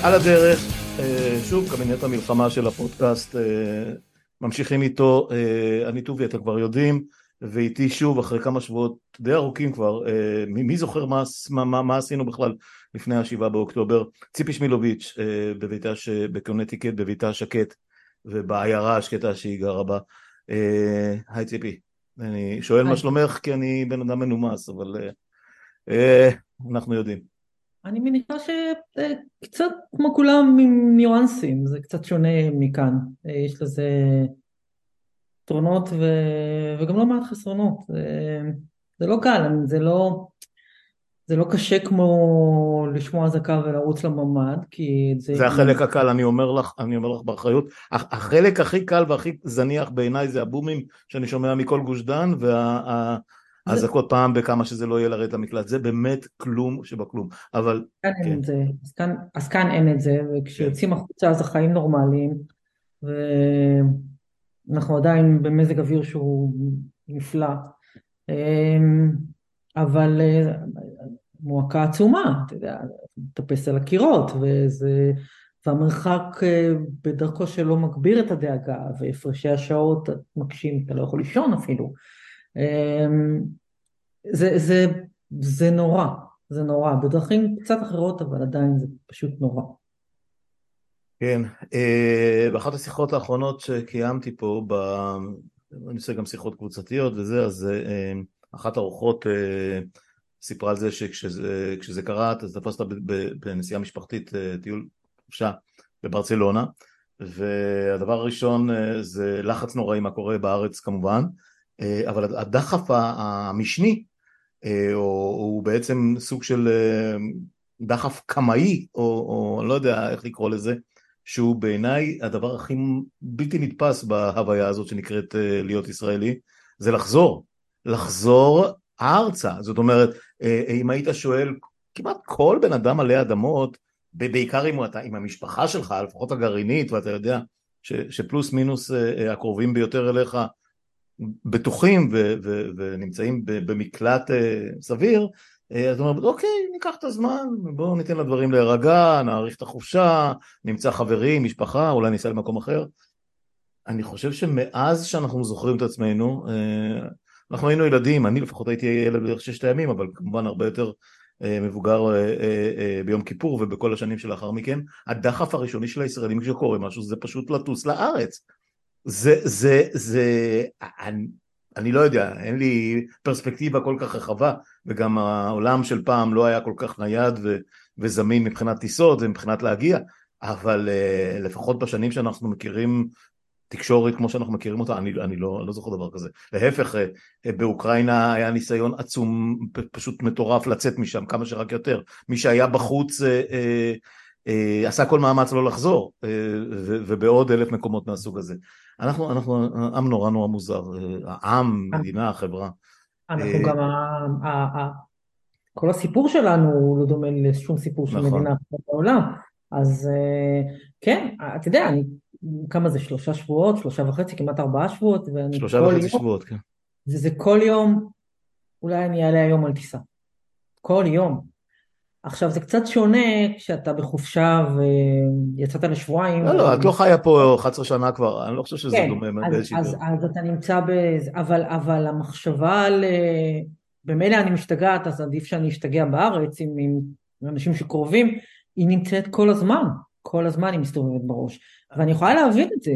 על הדרך, שוב, קבינט המלחמה של הפודקאסט, ממשיכים איתו, אני טובי, אתם כבר יודעים, ואיתי שוב, אחרי כמה שבועות די ארוכים כבר, מי זוכר מה עשינו בכלל לפני ה7 באוקטובר, ציפי שמילוביץ', בקונטיקט, בביתה שקט, ובעיירה השקטה שהיא גרה בה. היי ציפי, אני שואל מה שלומך, כי אני בן אדם מנומס, אבל אנחנו יודעים. אני מניחה שקצת כמו כולם עם ניואנסים, זה קצת שונה מכאן. יש לזה יתרונות וגם לא מעט חסרונות. זה לא קל, זה לא קשה כמו לשמוע אזעקה ולרוץ לממ"ד, כי את זה זה אי החלק הקל, אני אומר לך באחריות. החלק הכי קל והכי זניח בעיניי זה הבומים שאני שומע מכל גוש דן, זה, והאזעקות פעם בכמה שזה לא יהיה לרדת למקלט. זה באמת כלום שבכלום. אבל כאן אין כן, את זה, אז כאן אין את זה, כן. וכשיוצאים החוצה אז החיים נורמליים, ואנחנו עדיין במזג אוויר שהוא נפלא. אמ, אבל מועקה עצומה, אתה יודע, מטפס על הקירות, והמרחק בדרכו שלו מגביר את הדאגה, והפרשי השעות מקשים, אתה לא יכול לישון אפילו. אמ, זה, זה, זה נורא, זה נורא, בדרכים קצת אחרות, אבל עדיין זה פשוט נורא. כן, באחת השיחות האחרונות שקיימתי פה, אני עושה גם שיחות קבוצתיות וזה, אז אחת האורחות סיפרה על זה שכשזה קרה, אז תפסת בנסיעה משפחתית טיול חופשה בברצלונה, והדבר הראשון זה לחץ נוראי מה קורה בארץ כמובן, אבל הדחף המשני, הוא בעצם סוג של דחף קמאי, או אני לא יודע איך לקרוא לזה, שהוא בעיניי הדבר הכי בלתי נתפס בהוויה הזאת שנקראת להיות ישראלי, זה לחזור ארצה. זאת אומרת, אם היית שואל כמעט כל בן אדם עלי אדמות, בעיקר אם אתה עם המשפחה שלך, לפחות הגרעינית, ואתה יודע שפלוס מינוס הקרובים ביותר אליך בטוחים ונמצאים במקלט סביר, אז אומרת, אוקיי, ניקח את הזמן, בואו ניתן לדברים להירגע, נאריך את החופשה, נמצא חברים, משפחה, אולי ניסע למקום אחר. אני חושב שמאז שאנחנו זוכרים את עצמנו, אנחנו היינו ילדים, אני לפחות הייתי ילד בערך 6 ימים, אבל כמובן הרבה יותר מבוגר ביום כיפור ובכל השנים שלאחר מכן, הדחף הראשוני של הישראלים כשקורה משהו זה פשוט לטוס לארץ. אני לא יודע, אין לי פרספקטיבה כל כך רחבה, וגם העולם של פעם לא היה כל כך נייד וזמין מבחינת טיסות ומבחינת להגיע, אבל לפחות בשנים שאנחנו מכירים תקשורת כמו שאנחנו מכירים אותה, אני לא זוכר דבר כזה. להפך, באוקראינה היה ניסיון עצום, פשוט מטורף לצאת משם, כמה שרק יותר. מי שהיה בחוץ עשה כל מאמץ לא לחזור, ובעוד 1,000 מקומות מהסוג הזה. אנחנו עם נורא נורא מוזר, העם, מדינה, חברה. אנחנו גם, כל הסיפור שלנו הוא לא דומה לשום סיפור של נכון, מדינה אחרת בעולם. אז כן, אתה יודע, כמה זה 3 שבועות, 3.5, כמעט 4 שבועות, ואני כל 3.5 יום, שבועות, כן. זה כל יום, אולי אני אעלה היום על טיסה. כל יום. עכשיו זה קצת שונה כשאתה בחופשה ויצאת לשבועיים, לא, את לא חיה פה 11 שנה כבר, אני לא חושב שזה כן, דומה אז, באיזושהי אז, דרך. אז אתה נמצא אבל המחשבה על, במילא אני משתגעת, אז עדיף שאני אשתגע בארץ עם אנשים שקרובים, היא נמצאת כל הזמן היא מסתובבת בראש. ואני יכולה להבין את זה,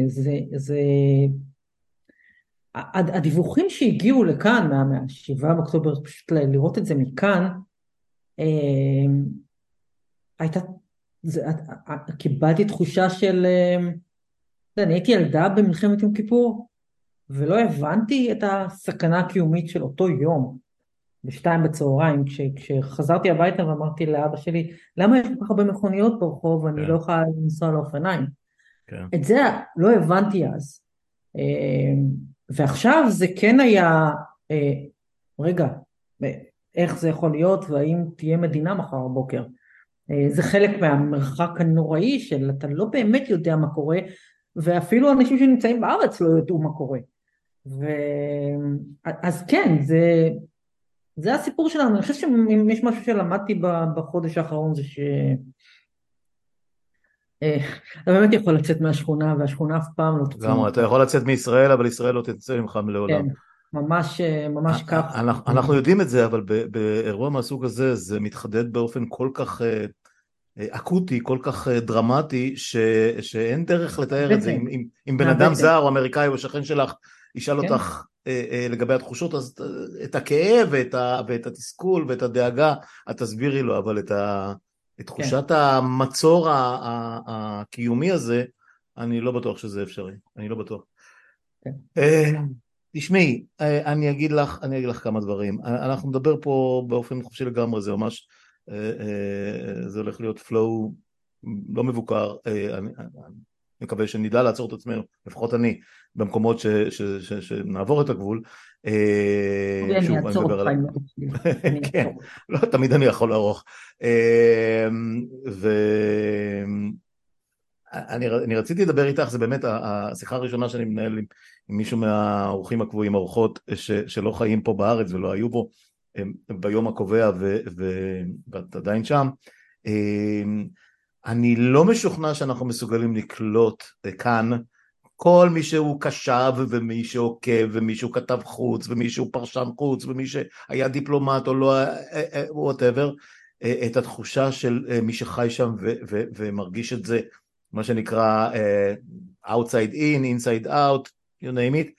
הדיווחים שהגיעו לכאן, מה-7 באוקטובר, פשוט לראות את זה מכאן, אה, הייתה, קיבלתי תחושה של, אני הייתי ילדה במלחמת יום כיפור, ולא הבנתי את הסכנה הקיומית של אותו יום, ב14:00 כשחזרתי הביתה ואמרתי לאבא שלי, למה יש כל כך הרבה מכוניות ברחוב ואני כן, לא יכולה לנסוע לאופניים? כן. את זה לא הבנתי אז. ועכשיו זה כן היה, אה, רגע, איך זה יכול להיות והאם תהיה מדינה מחר בבוקר? זה חלק מהמרחק הנוראי של אתה לא באמת יודע מה קורה, ואפילו אנשים שנמצאים בארץ לא ידעו מה קורה. ו... אז כן, זה הסיפור שלנו. אני חושב שאם יש משהו שלמדתי בחודש האחרון זה אתה באמת יכול לצאת מהשכונה, והשכונה אף פעם לא תוציא לגמרי, ממך. אתה יכול לצאת מישראל, אבל ישראל לא תצא ממך לעולם. כן, ממש, ממש כך. אנחנו יודעים את זה, אבל באירוע מהסוג הזה, זה מתחדד באופן כל כך אקוטי, כל כך דרמטי, שאין דרך לתאר את זה. מהבטן, אם בן אדם מהבטן, זר או אמריקאי או שכן שלך ישאל כן, אותך לגבי התחושות, אז את הכאב ואת התסכול ואת הדאגה, את תסבירי לו, אבל את כן, תחושת המצור הקיומי הזה, אני לא בטוח שזה אפשרי. אני לא בטוח. כן. אה, תשמעי, אני אגיד לך כמה דברים. אנחנו נדבר פה באופן חופשי לגמרי, זה ממש, זה הולך להיות flow לא מבוקר. אני מקווה שנדע לעצור את עצמנו, לפחות אני, במקומות שנעבור את הגבול. אני שוב, אני אעצור מדבר אותך על... עם זה. אני כן, אעצור. לא תמיד אני יכול לערוך. אני רציתי לדבר איתך, זה באמת השיחה הראשונה שאני מנהל עם מישהו מהאורחים הקבועים, האורחות שלא חיים פה בארץ ולא היו פה ביום הקובע ואת עדיין שם. אני לא משוכנע שאנחנו מסוגלים לקלוט כאן כל מי שהוא קשב ומי שעוקב ומי שהוא כתב חוץ ומי שהוא פרשן חוץ ומי שהיה דיפלומט או לא, whatever, את התחושה של מי שחי שם ומרגיש את זה, מה שנקרא outside in, inside out, you name it,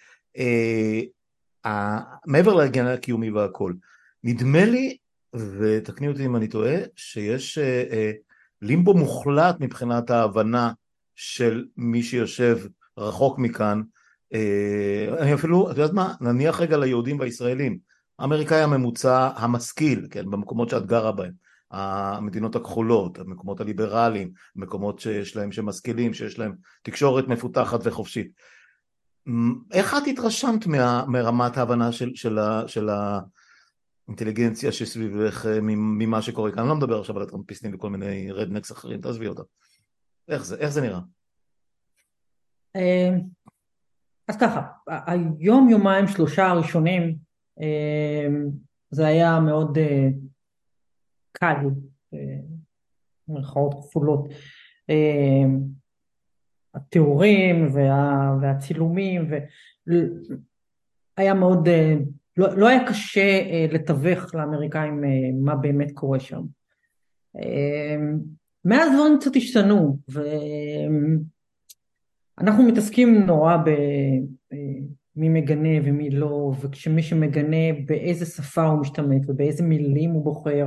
מעבר לעניין הקיומי והכל. נדמה לי, ותקני אותי אם אני טועה, שיש לימבו מוחלט מבחינת ההבנה של מי שיושב רחוק מכאן. אני אפילו, את יודעת מה, נניח רגע ליהודים והישראלים, האמריקאי הממוצע המשכיל, כן, במקומות שאת גרה בהם, המדינות הכחולות, המקומות הליברליים, מקומות שיש להם שמשכילים, שיש להם תקשורת מפותחת וחופשית. איך את התרשמת מרמת ההבנה של האינטליגנציה שסביבך ממה שקורה כאן? אני לא מדבר עכשיו על הטרמפיסטים וכל מיני רדנקס אחרים, תעזבי אותם. איך זה נראה? אה, אז ככה, היום, יומיים, שלושה הראשונים, זה היה מאוד קל, אה, במירכאות כפולות. התיאורים והצילומים, היה מאוד, לא היה קשה לתווך לאמריקאים מה באמת קורה שם. מאז דברים קצת השתנו, ואנחנו מתעסקים נורא במי מגנה ומי לא, וכשמי שמגנה באיזה שפה הוא משתמש ובאיזה מילים הוא בוחר,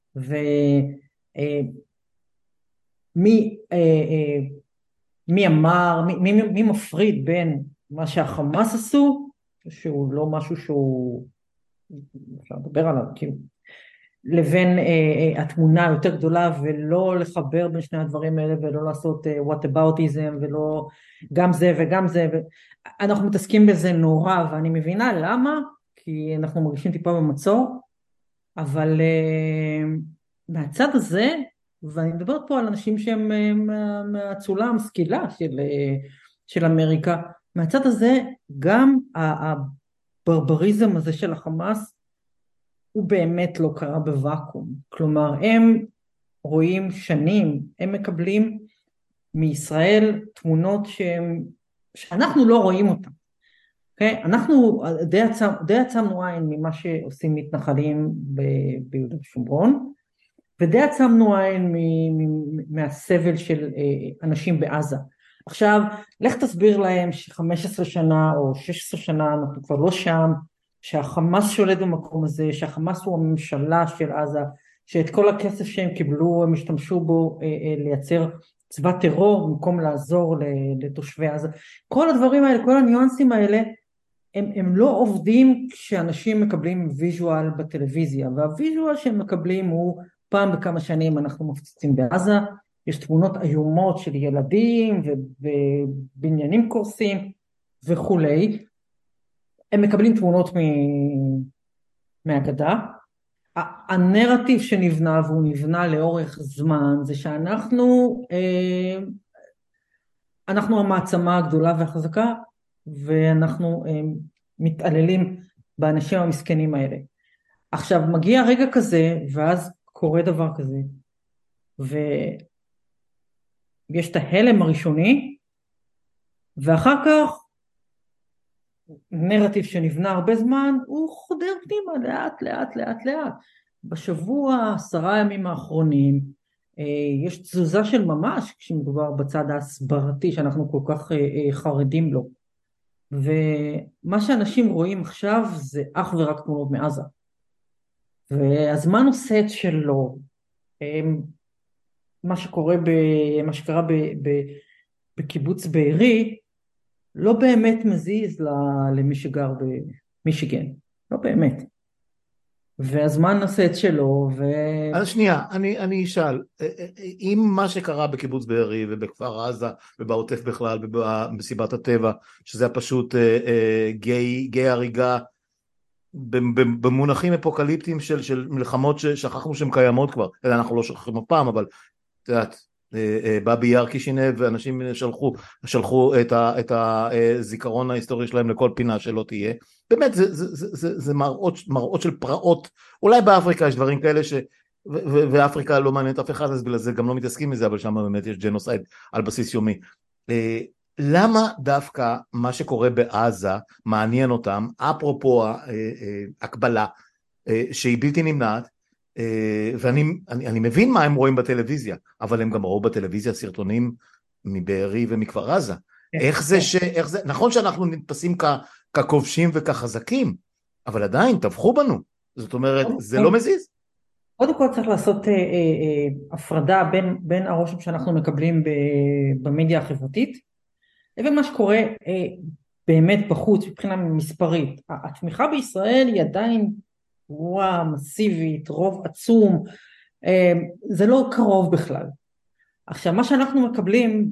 מי אמר, מי מפריד בין מה שהחמאס עשו, שהוא לא משהו שהוא, אפשר לדבר עליו, כאילו, לבין התמונה היותר גדולה, ולא לחבר בין שני הדברים האלה, ולא לעשות what aboutism, ולא גם זה וגם זה, אנחנו מתעסקים בזה נורא, ואני מבינה למה, כי אנחנו מרגישים טיפה במצור, אבל מהצד הזה, ואני מדברת פה על אנשים שהם מהאצולה המשכילה של אמריקה, מהצד הזה גם הברבריזם הזה של החמאס הוא באמת לא קרה בוואקום. כלומר, הם רואים שנים, הם מקבלים מישראל תמונות שאנחנו לא רואים אותן. Okay? אנחנו די עצמנו עין ממה שעושים מתנחלים ביהודה ושומרון, ודי עצמנו עין מהסבל של אנשים בעזה. עכשיו, לך תסביר להם ש15 שנה או 16 שנה אנחנו כבר לא שם, שהחמאס שולט במקום הזה, שהחמאס הוא הממשלה של עזה, שאת כל הכסף שהם קיבלו הם השתמשו בו לייצר צבא טרור במקום לעזור לתושבי עזה. כל הדברים האלה, כל הניואנסים האלה, הם לא עובדים כשאנשים מקבלים ויז'ואל בטלוויזיה, והוויז'ואל שהם מקבלים הוא פעם בכמה שנים אנחנו מפציצים בעזה, יש תמונות איומות של ילדים ובניינים קורסים וכולי, הם מקבלים תמונות מהגדה. הנרטיב שנבנה, והוא נבנה לאורך זמן, זה שאנחנו המעצמה הגדולה והחזקה, ואנחנו מתעללים באנשים המסכנים האלה. עכשיו מגיע רגע כזה, ואז קורה דבר כזה, יש את ההלם הראשוני, ואחר כך נרטיב שנבנה הרבה זמן, הוא חודר פנימה לאט לאט לאט לאט. בשבוע, 10 ימים האחרונים, יש תזוזה של ממש כשמדובר בצד ההסברתי שאנחנו כל כך חרדים לו. ומה שאנשים רואים עכשיו זה אך ורק תמונות מעזה. והזמן עושה את שלו. מה שקרה בקיבוץ בארי, לא באמת מזיז למי שגר במישיגן. לא באמת. והזמן עושה את שלו, אז שנייה, אני אשאל, אם מה שקרה בקיבוץ בארי ובכפר עזה ובעוטף בכלל ובמסיבת הטבע, שזה היה פשוט גיי הריגה במונחים אפוקליפטיים של מלחמות ששכחנו שהן קיימות כבר, אנחנו לא שוכחים אף פעם, אבל את יודעת, בבי יאר קישינב ואנשים שלחו את הזיכרון ההיסטורי שלהם לכל פינה שלא תהיה, באמת זה מראות של פרעות, אולי באפריקה יש דברים כאלה ואפריקה לא מעניינת אף אחד, אז בגלל זה גם לא מתעסקים מזה, אבל שם באמת יש ג'נוסייד על בסיס יומי. למה דווקא מה שקורה בעזה מעניין אותם, אפרופו הקבלה שהיא בלתי נמנעת, ואני מבין מה הם רואים בטלוויזיה, אבל הם גם ראו בטלוויזיה סרטונים מבארי ומכפר עזה. איך זה, נכון שאנחנו נתפסים ככובשים וכחזקים, אבל עדיין טבחו בנו, זאת אומרת, זה לא מזיז. קודם כל צריך לעשות הפרדה בין הרושם שאנחנו מקבלים במדיה החברתית, לבין מה שקורה באמת בחוץ מבחינה מספרית. התמיכה בישראל היא עדיין מסיבית, רוב עצום, זה לא קרוב בכלל. עכשיו, מה שאנחנו מקבלים,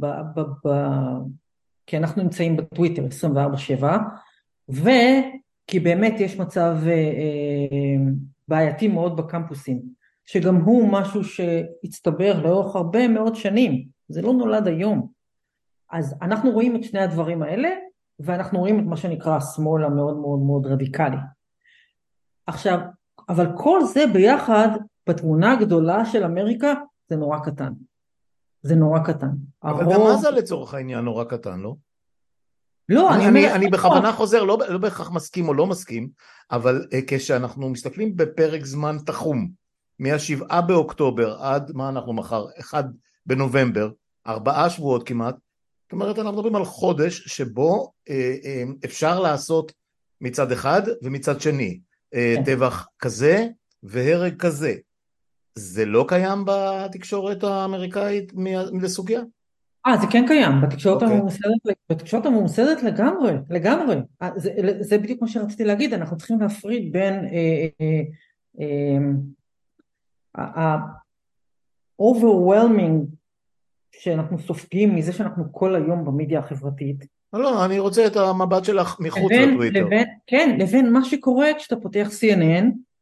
כי אנחנו נמצאים בטוויטר 24/7, וכי באמת יש מצב בעייתי מאוד בקמפוסים, שגם הוא משהו שהצטבר לאורך הרבה מאוד שנים, זה לא נולד היום. אז אנחנו רואים את שני הדברים האלה, ואנחנו רואים את מה שנקרא השמאל המאוד מאוד מאוד רדיקלי. עכשיו, אבל כל זה ביחד, בתמונה הגדולה של אמריקה, זה נורא קטן. זה נורא קטן. אבל גם עזה לצורך העניין נורא קטן, לא? לא, אני בכוונה חוזר, לא בהכרח מסכים או לא מסכים, אבל כשאנחנו מסתכלים בפרק זמן תחום, מה-7 באוקטובר עד מה אנחנו מחר, 1 בנובמבר, 4 שבועות כמעט, זאת אומרת אנחנו מדברים על חודש שבו אפשר לעשות מצד אחד ומצד שני, טבח כזה והרג כזה. זה לא קיים בתקשורת האמריקאית לסוגיה? זה כן קיים, בתקשורת הממוסדת לגמרי. זה בדיוק מה שרציתי להגיד, אנחנו צריכים להפריד בין ה-overwhelming שאנחנו סופגים מזה שאנחנו כל היום במדיה החברתית. לא, אני רוצה את המבט שלך מחוץ לטוויטר. כן, לבין מה שקורה כשאתה פותח CNN,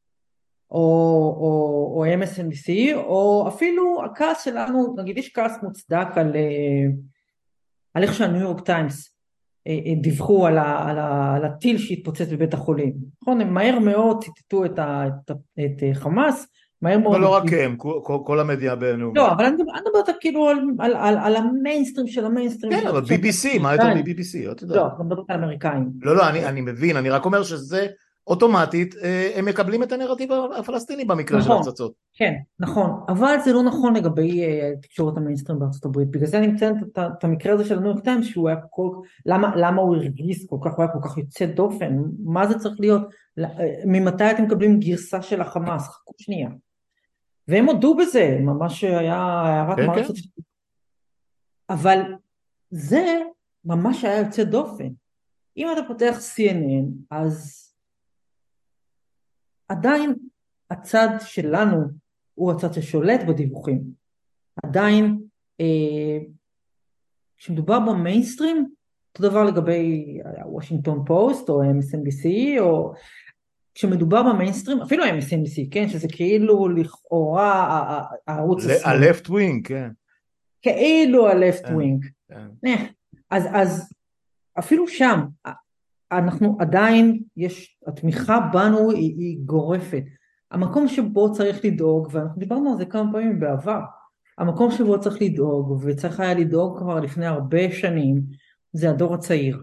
או MSNBC, או אפילו הכעס שלנו, נגיד יש כעס מוצדק על איך שהניו יורק טיימס דיווחו על הטיל שהתפוצץ בבית החולים. נכון, הם מהר מאוד ציטטו את חמאס, מהר מאוד... אבל לא רק הם, כל המדיה בינלאומית. לא, אבל אני מדברת כאילו על המיינסטרים של המיינסטרים. כן, אבל BBC, מה יותר מ-BBC? לא, אני מדברת על אמריקאים. לא, אני מבין, אני רק אומר שזה אוטומטית, הם מקבלים את הנרטיב הפלסטיני במקרה של הפצצות. כן, נכון, אבל זה לא נכון לגבי תקשורת המיינסטרים בארצות הברית, בגלל זה אני מציינת את המקרה הזה של הניו יורק טיימס, שהוא היה למה הוא הרגיז כל כך, הוא היה כל כך יוצא דופן, מה זה צריך להיות, ממתי אתם מקבלים גרסה של החמאס, חכו שנייה. והם הודו בזה, ממש היה הערת מערכת. אבל זה ממש היה יוצא דופן. אם אתה פותח CNN, אז עדיין הצד שלנו הוא הצד ששולט בדיווחים. עדיין, כשמדובר במיינסטרים, אותו דבר לגבי וושינגטון פוסט או MSNBC, או כשמדובר במיינסטרים, אפילו MSNBC, כן, שזה כאילו לכאורה הערוץ השמאלי. ה-left wing, כן. כאילו ה-left wing. אז אפילו שם, אנחנו עדיין, התמיכה בנו היא גורפת. המקום שבו צריך לדאוג, ואנחנו דיברנו על זה כמה פעמים בעבר, המקום שבו צריך לדאוג, וצריך היה לדאוג כבר לפני הרבה שנים, זה הדור הצעיר.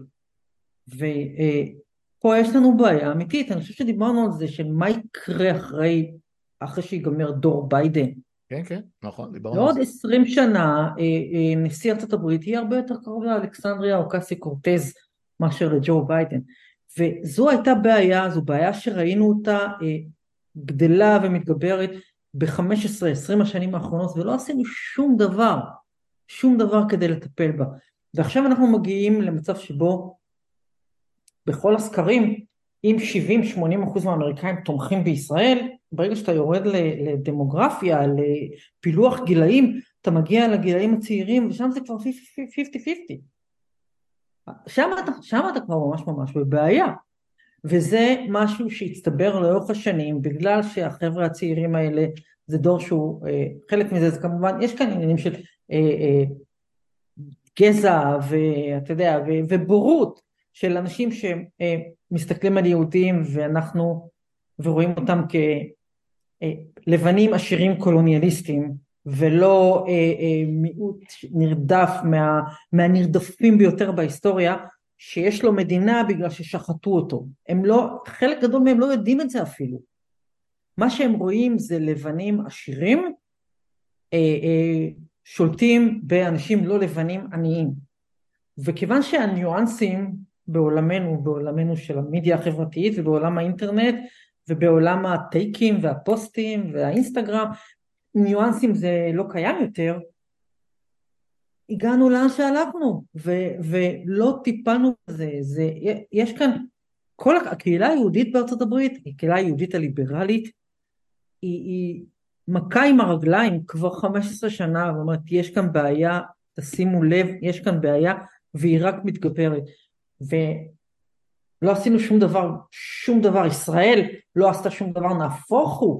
ופה יש לנו בעיה אמיתית, אני חושבת שדיברנו על זה, של מה יקרה אחרי שיגמר דור ביידן. כן, כן, נכון, דיברנו על בעוד זה. 20 שנה, נשיא ארצות הברית יהיה הרבה יותר קרוב לאלכסנדריה אוקסי קורטז, מאשר לג'ו ביידן. וזו הייתה בעיה, זו בעיה שראינו אותה גדלה ומתגברת ב-15-20 השנים האחרונות, ולא עשינו שום דבר כדי לטפל בה. ועכשיו אנחנו מגיעים למצב שבו בכל הסקרים, אם 70-80% מהאמריקאים תומכים בישראל, ברגע שאתה יורד לדמוגרפיה, לפילוח גילאים, אתה מגיע לגילאים הצעירים, ושם זה כבר 50-50. שם אתה כבר ממש בבעיה. וזה משהו שהצטבר לאורך השנים, בגלל שהחבר'ה הצעירים האלה, זה דור שהוא, חלק מזה זה כמובן, יש כאן עניינים של גזע, ואתה יודע, ובורות של אנשים שמסתכלים על יהודים, ורואים אותם כלבנים עשירים קולוניאליסטים, ולא מיעוט נרדף מהנרדפים ביותר בהיסטוריה, שיש לו מדינה בגלל ששחטו אותו. חלק גדול מהם לא יודעים את זה אפילו. מה שהם רואים זה לבנים עשירים, שולטים באנשים לא לבנים עניים. וכיוון שהניואנסים בעולמנו של המדיה החברתית, ובעולם האינטרנט, ובעולם הטייקים והפוסטים והאינסטגרם, ניואנסים זה לא קיים יותר, הגענו לאן שהלכנו, ולא טיפלנו בזה. יש כאן, כל הקהילה היהודית בארצות הברית, היא קהילה היהודית הליברלית, היא מכה עם הרגליים כבר 15 שנה, ואומרת, יש כאן בעיה, תשימו לב, יש כאן בעיה, והיא רק מתגברת. ולא עשינו שום דבר, ישראל לא עשתה שום דבר, נהפוך הוא,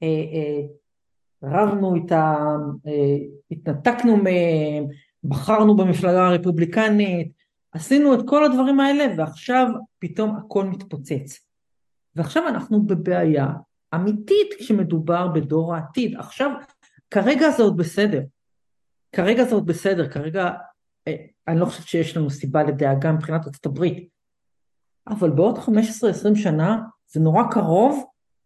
רבנו איתם, התנתקנו מהם, בחרנו במפלגה הרפובליקנית, עשינו את כל הדברים האלה, ועכשיו פתאום הכל מתפוצץ. ועכשיו אנחנו בבעיה אמיתית כשמדובר בדור העתיד. עכשיו, כרגע זה עוד בסדר, כרגע אני לא חושבת שיש לנו סיבה לדאגה מבחינת ארצות הברית, אבל בעוד 15-20 שנה זה נורא קרוב.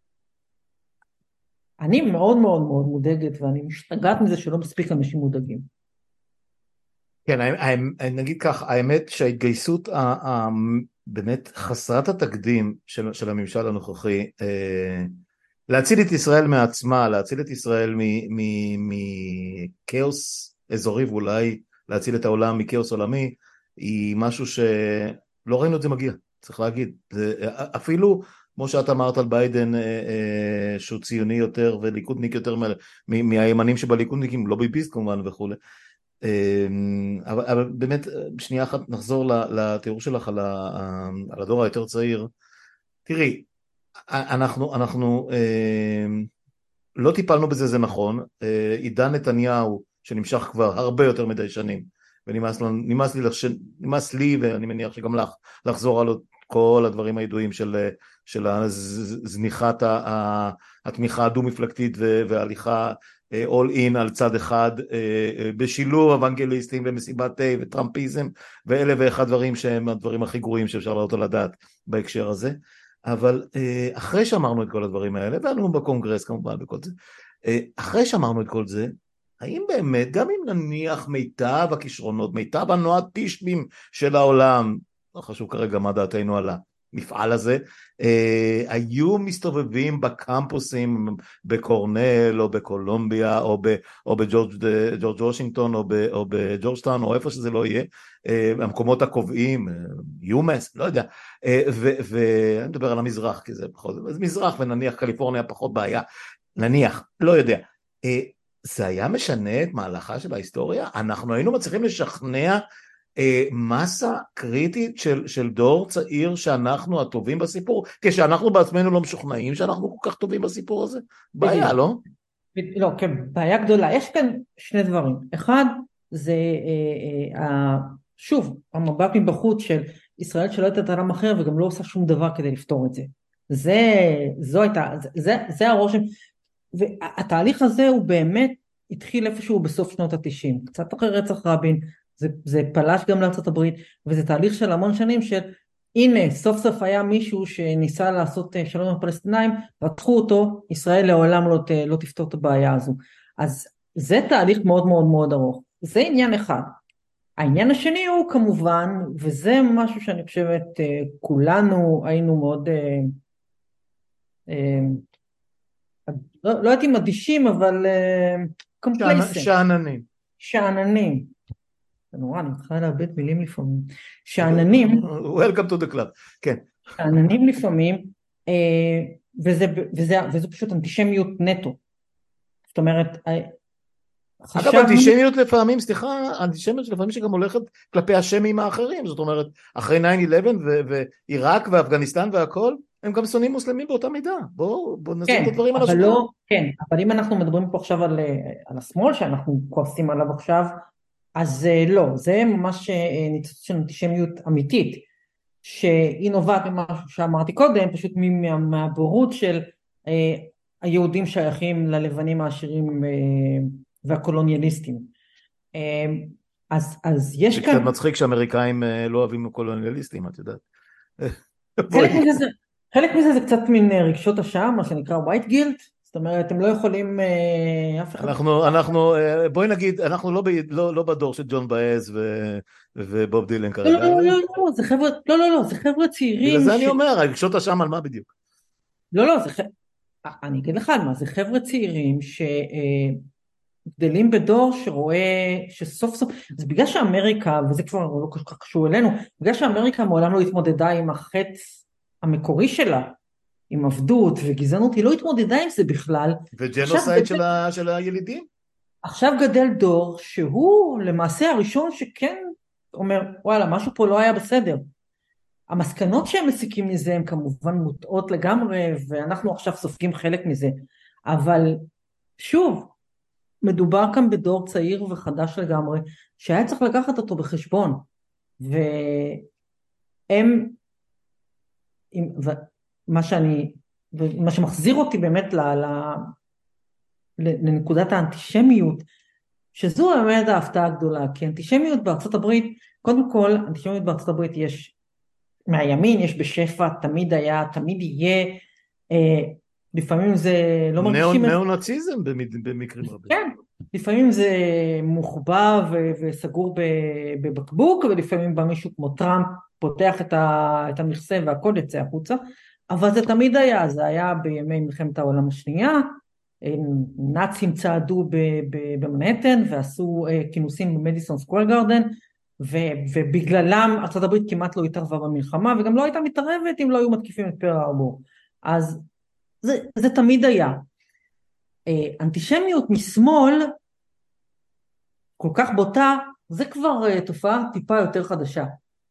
אני מאוד מאוד מאוד מודאגת, ואני משתגעת מזה שלא מספיק אנשים מודאגים. כן, נגיד כך, האמת שההתגייסות באמת חסרת התקדים של הממשל הנוכחי, להציל את ישראל מעצמה, להציל את ישראל מכאוס אזורי, ואולי להציל את העולם מכאוס עולמי, היא משהו שלא ראינו את זה מגיע, צריך להגיד. אפילו, כמו שאת אמרת על ביידן, שהוא ציוני יותר וליכודניק יותר מהימנים שבליכודניקים, לא ביביסט כמובן וכו'. אבל באמת, שנייה אחת נחזור לתיאור שלך על הדור היותר צעיר. תראי, אנחנו לא טיפלנו בזה, זה נכון. עידן נתניהו שנמשך כבר הרבה יותר מדי שנים, ונמאס לי ואני מניח שגם לך לחזור על כל הדברים הידועים של זניחת התמיכה הדו-מפלגתית וההליכה all in על צד אחד, בשילוב אוונגליסטים ומסיבת תה וטראמפיזם ואלה ואחד דברים שהם הדברים הכי גרועים שאפשר לעלות על הדעת בהקשר הזה. אבל אחרי שאמרנו את כל הדברים האלה, ואנו בקונגרס כמובן וכל זה, אחרי שאמרנו את כל זה, האם באמת, גם אם נניח מיטב הכישרונות, מיטב הנואטישמים של העולם, לא חשוב כרגע מה דעתנו על המפעל הזה, היו מסתובבים בקמפוסים בקורנל או בקולומביה או בג'ורג' וושינגטון או בג'ורג'טאון או איפה שזה לא יהיה, המקומות הקובעים, יומס, לא יודע, ואני מדבר על המזרח, כי זה פחות, מזרח ונניח קליפורניה פחות בעיה, נניח, לא יודע, זה היה משנה את מהלכה של ההיסטוריה? אנחנו היינו מצליחים לשכנע מסה קריטית של דור צעיר שאנחנו הטובים בסיפור, כשאנחנו בעצמנו לא משוכנעים שאנחנו כל כך טובים בסיפור הזה? בעיה, לא? לא, כן, בעיה גדולה. יש כאן שני דברים. אחד, זה שוב, המבט מבחוץ של ישראל שולטת על עם אחר וגם לא עושה שום דבר כדי לפתור את זה. זה הרושם. והתהליך הזה הוא באמת התחיל איפשהו בסוף שנות ה-90, קצת אחרי רצח רבין, זה פלש גם לארצות הברית, וזה תהליך של המון שנים של, הנה, סוף סוף היה מישהו שניסה לעשות שלום עם הפלסטינאים, רצחו אותו, ישראל לעולם לא תפתור את הבעיה הזו. אז זה תהליך מאוד מאוד מאוד ארוך. זה עניין אחד. העניין השני הוא כמובן, וזה משהו שאני חושבת, כולנו היינו מאוד, לא יודעת אם אדישים, אבל complacent. שאננים. שאננים. זה נורא, אני מתחילה לאבד מילים לפעמים. שאננים. Welcome to the club. כן. שאננים לפעמים, וזה פשוט אנטישמיות נטו. זאת אומרת, אגב, אנטישמיות לפעמים, סליחה, אנטישמיות לפעמים שגם הולכת כלפי השמים האחרים, זאת אומרת, אחרי 9/11 ועיראק ואפגניסטן והכל, הם גם שונאים מוסלמים באותה מידה. בואו נשים את הדברים על השולחן. כן, אבל אם אנחנו מדברים פה עכשיו על השמאל, שאנחנו כועסים עליו עכשיו, אז לא, זה ממש ניצוץ של אנטישמיות אמיתית, שהיא נובעת ממשהו שאמרתי קודם, פשוט מהבורות של היהודים שייכים ללבנים העשירים והקולוניאליסטים. אז יש כאן... זה קצת מצחיק שאמריקאים לא אוהבים קולוניאליסטים, את יודעת. חלק מזה זה קצת מין רגשות אשם, מה שנקרא white guilt, זאת אומרת, הם לא יכולים... בואי נגיד, אנחנו לא בדור של ג'ון באז ובוב דילן כרגע. לא, זה חבר'ה צעירים... בגלל זה אני אומר, רגשות אשם על מה בדיוק? לא, אני אגיד לך על מה, זה חבר'ה צעירים גדלים בדור שרואה שסוף סוף, אז בגלל שאמריקה, וזה כבר לא כל כך קשור אלינו, בגלל שאמריקה מעולם לא התמודדה עם החץ המקורי שלה, עם עבדות וגזענות, היא לא התמודדה עם זה בכלל. וג'נוסייד של הילידים? עכשיו גדל דור שהוא למעשה הראשון שכן אומר, וואלה, משהו פה לא היה בסדר. המסקנות שהם מסיקים מזה הן כמובן מוטעות לגמרי, ואנחנו עכשיו סופגים חלק מזה. אבל שוב, מדובר כאן בדור צעיר וחדש לגמרי, שהיה צריך לקחת אותו בחשבון. מה שמחזיר אותי באמת לנקודת האנטישמיות, שזו באמת ההפתעה הגדולה, כי אנטישמיות בארצות הברית, קודם כל, אנטישמיות בארצות הברית יש מהימין, יש בשפע, תמיד היה, תמיד יהיה, לפעמים זה לא מרגישים... נאו-נאציזם במקרים רבים. כן, לפעמים זה מוחבא וסגור בבקבוק, ולפעמים בא מישהו כמו טראמפ, פותח את המכסה והכל יצא החוצה, אבל זה תמיד היה, זה היה בימי מלחמת העולם השנייה, נאצים צעדו במנהטן ועשו כינוסים במדיסון סקוואר גארדן, ובגללם ארצות הברית כמעט לא התערבה במלחמה, וגם לא הייתה מתערבת אם לא היו מתקיפים את פרל הארבור. אז זה תמיד היה. אנטישמיות משמאל, כל כך בוטה, זה כבר תופעה טיפה יותר חדשה.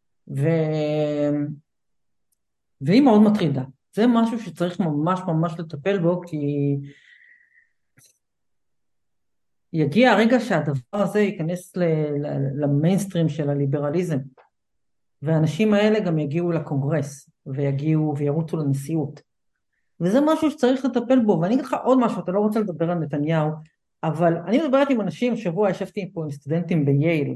והיא מאוד מטרידה. זה משהו שצריך ממש ממש לטפל בו, כי יגיע הרגע שהדבר הזה ייכנס למיינסטרים של הליברליזם, והאנשים האלה גם יגיעו לקונגרס, וירוצו לנשיאות. וזה משהו שצריך לטפל בו, ואני אגיד לך עוד משהו, אתה לא רוצה לדבר על נתניהו, אבל אני מדברת עם אנשים, שבוע ישבתי פה עם סטודנטים בייל,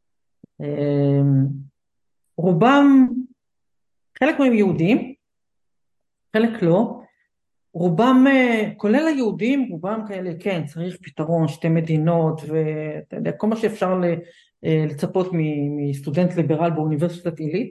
רובם, חלק מהם יהודים, חלק לא, רובם, כולל היהודים, רובם כאלה, כן, צריך פתרון, שתי מדינות, ואתה יודע, כל מה שאפשר לצפות מסטודנט ליברל באוניברסיטת עילית.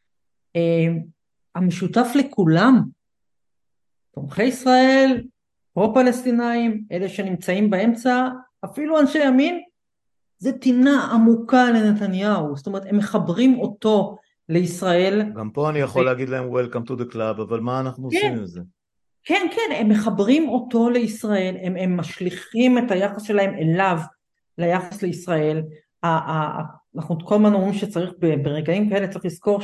המשותף לכולם, תומכי ישראל, פרו-פלסטינאים, אלה שנמצאים באמצע, אפילו אנשי ימין, זה טינה עמוקה לנתניהו, זאת אומרת, הם מחברים אותו לישראל. גם פה אני יכול להגיד להם Welcome to the club, אבל מה אנחנו עושים עם זה? כן, כן, הם מחברים אותו לישראל, הם משליכים את היחס שלהם אליו, ליחס לישראל. אנחנו כל הזמן אומרים שצריך, ברגעים כאלה צריך לזכור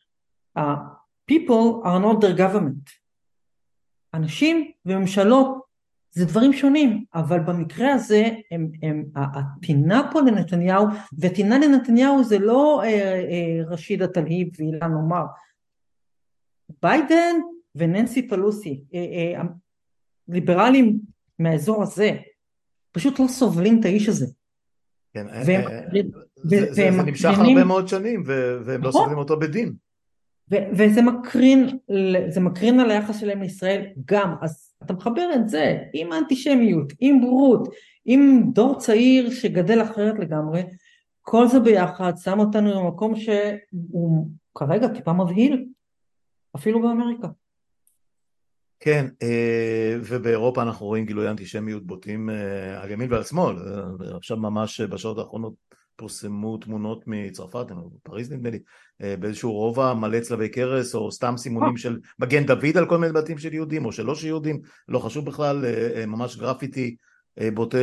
people are not their government. אנשים וממשלות זה דברים שונים, אבל במקרה הזה הטינה פה לנתניהו, וטינה לנתניהו זה לא רשידה תלהיב ואילן אומר, ביידן וננסי פלוסי, ליברלים מהאזור הזה, פשוט לא סובלים את האיש הזה. כן, והם, זה והם נמשך הרבה מקרינים, מאוד שנים, והם לא נכון, סובלים אותו בדין. וזה מקרין, זה מקרין על היחס שלהם לישראל גם. אז אתה מחבר את זה עם האנטישמיות, עם בורות, עם דור צעיר שגדל אחרת לגמרי, כל זה ביחד שם אותנו במקום שהוא כרגע טיפה מבהיל, אפילו באמריקה. כן, ובאירופה אנחנו רואים גילוי אנטישמיות בוטים על ימין ועל שמאל. עכשיו ממש בשעות האחרונות פורסמו תמונות מצרפת, פריז נדמה לי, באיזשהו רובע מלא צלבי קרס, או סתם סימונים של מגן דוד על כל מיני בתים של יהודים, או שלא של יהודים, לא חשוב בכלל, ממש גרפיטי בוטה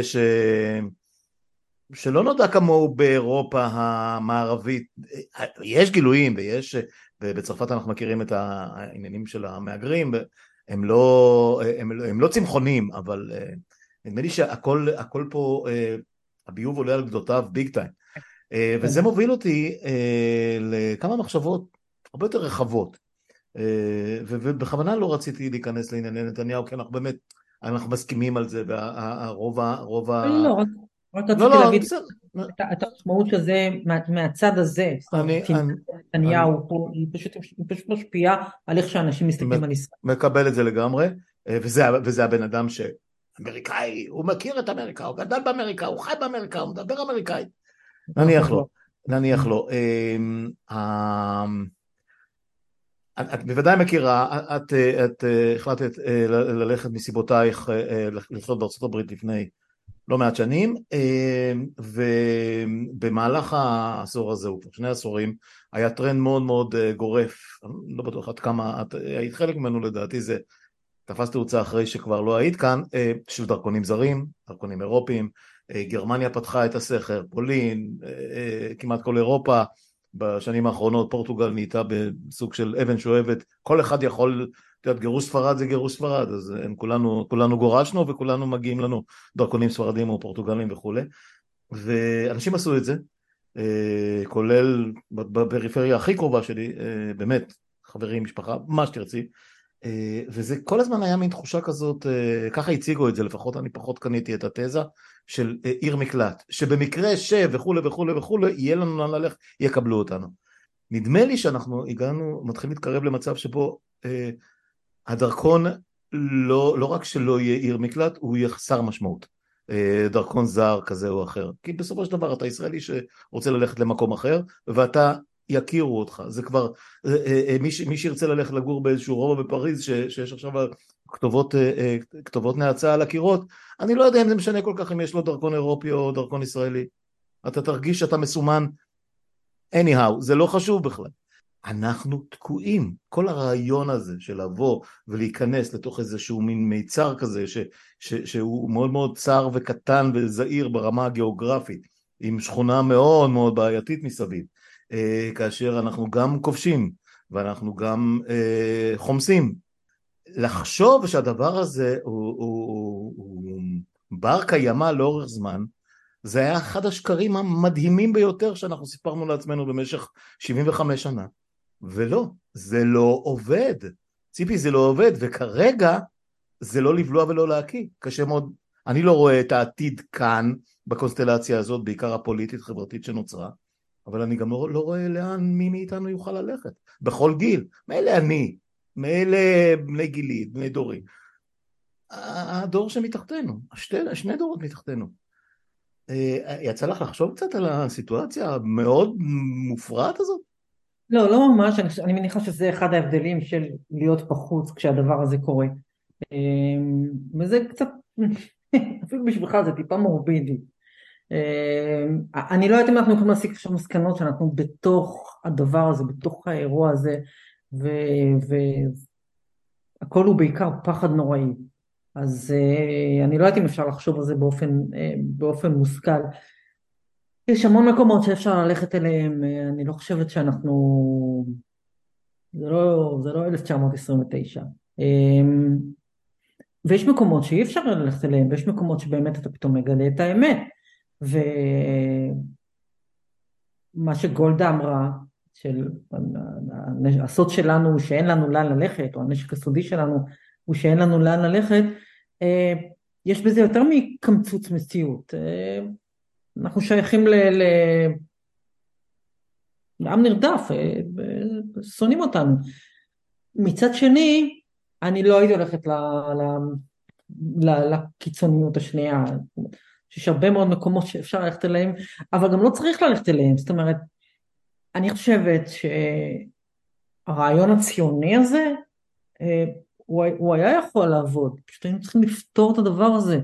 שלא נודע כמוהו באירופה המערבית. יש גילויים, בצרפת אנחנו מכירים את העניינים של המהגרים, הם לא צמחונים, אבל נדמה לי הכל פה, הביוב עולה על גדותיו ביג טיים. וזה מוביל אותי לכמה מחשבות הרבה יותר רחבות, ובכוונה לא רציתי להיכנס לענייני נתניהו, כי אנחנו מסכימים על זה, והרוב לא, רק לא, רציתי לא, להגיד בסדר. את המשמעות של זה מהצד הזה, זאת אומרת, אני נתניהו פה, היא פשוט משפיעה על איך שאנשים מסתכלים על ישראל. מקבל את זה לגמרי, וזה הבן אדם שאמריקאי, הוא מכיר את אמריקה, הוא גדל באמריקה, הוא חי באמריקה, הוא מדבר אמריקאית. נניח לו, נניח לו. את בוודאי מכירה, את החלטת ללכת מסיבותייך לחיות בארצות הברית לפני לא מעט שנים, ובמהלך העשור הזה, הוא כבר 2 עשורים, היה טרנד מאוד מאוד גורף, לא בטוח עד כמה את היית חלק ממנו, לדעתי זה תפס תאוצה אחרי שכבר לא היית כאן, של דרכונים זרים, דרכונים אירופיים. גרמניה פתחה את הסכר, פולין, כמעט כל אירופה בשנים האחרונות, פורטוגל נהייתה בסוג של אבן שואבת, כל אחד יכול, גירוש ספרד זה גירוש ספרד, אז כולנו גורשנו, וכולנו מגיעים לנו דרכונים ספרדים או פורטוגלים וכו'. ואנשים עשו את זה, כולל בפריפריה הכי קרובה שלי, באמת, חברים, משפחה, מה שתרצי, וזה כל הזמן היה מין תחושה כזאת, ככה הציגו את זה, לפחות אני פחות קניתי את התזה של עיר מקלט, שבמקרה וכו' וכו' וכו', יהיה לנו לאן ללכת, יקבלו אותנו. נדמה לי שאנחנו מתחילים להתקרב למצב שבו הדרכון לא רק שלא יהיה עיר מקלט, הוא יהיה חסר משמעות. דרכון זר כזה או אחר. כי בסופו של דבר אתה ישראלי שרוצה ללכת למקום אחר, ואתה יכירו אותך. זה כבר, מי שירצה ללכת לגור באיזשהו רובע בפריז, שיש עכשיו כתובות נאצה על הקירות, אני לא יודע אם זה משנה כל כך אם יש לו דרכון אירופי או דרכון ישראלי. אתה תרגיש שאתה מסומן, anyhow, זה לא חשוב בכלל. אנחנו תקועים. כל הרעיון הזה של לבוא ולהיכנס לתוך איזשהו מין מיצר כזה, שהוא מאוד מאוד צר וקטן וזעיר ברמה הגיאוגרפית, עם שכונה מאוד מאוד בעייתית מסביב, כאשר אנחנו גם כובשים, ואנחנו גם חומסים. לחשוב שהדבר הזה הוא בר קיימא לאורך זמן, זה היה אחד השקרים המדהימים ביותר שאנחנו סיפרנו לעצמנו במשך 75 שנה. ולא, זה לא עובד. ציפי, זה לא עובד, וכרגע זה לא לבלוע ולא להקיא. קשה מאוד. אני לא רואה את העתיד כאן, בקונסטלציה הזאת, בעיקר הפוליטית חברתית שנוצרה, אבל אני גם לא רואה לאן מי מאיתנו יוכל ללכת. בכל גיל. מאלה אני, מאלה בני גילי, בני דורי. הדור שמתחתנו, שני דורות מתחתנו. יצא לך לחשוב קצת על הסיטואציה המאוד מופרעת הזאת? לא, לא ממש, אני מניחה שזה אחד ההבדלים של להיות בחוץ כשהדבר הזה קורה. וזה קצת, אפילו בשבילך זה טיפה מורבידי. אני לא יודעת אם אנחנו יכולים להסיק עכשיו מסקנות שאנחנו בתוך הדבר הזה, בתוך האירוע הזה, והכל הוא בעיקר פחד נוראי. אז אני לא יודעת אם אפשר לחשוב על זה באופן מושכל. יש המון מקומות שאפשר ללכת אליהם, אני לא חושבת שאנחנו, זה לא 1929. ויש מקומות שאי אפשר ללכת אליהם, ויש מקומות שבאמת אתה פתאום מגלה את האמת. ומה שגולדה אמרה, הסוד שלנו הוא שאין לנו לאן ללכת, או הנשק הסודי שלנו הוא שאין לנו לאן ללכת, יש בזה יותר מקמצוץ מציאות. אנחנו שייכים לעם נרדף, שונאים אותנו. מצד שני, אני לא הייתי הולכת לקיצוניות השנייה. יש הרבה מאוד מקומות שאפשר ללכת אליהם, אבל גם לא צריך ללכת אליהם. זאת אומרת, אני חושבת שהרעיון הציוני הזה, הוא היה יכול לעבוד, פשוט היינו צריכים לפתור את הדבר הזה,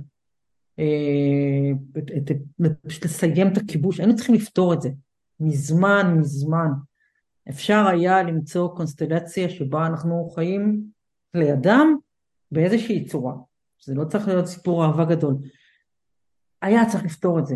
פשוט לסיים את הכיבוש, היינו צריכים לפתור את זה, מזמן, מזמן. אפשר היה למצוא קונסטלציה שבה אנחנו חיים לידם באיזושהי צורה. זה לא צריך להיות סיפור אהבה גדול. היה צריך לפתור את זה.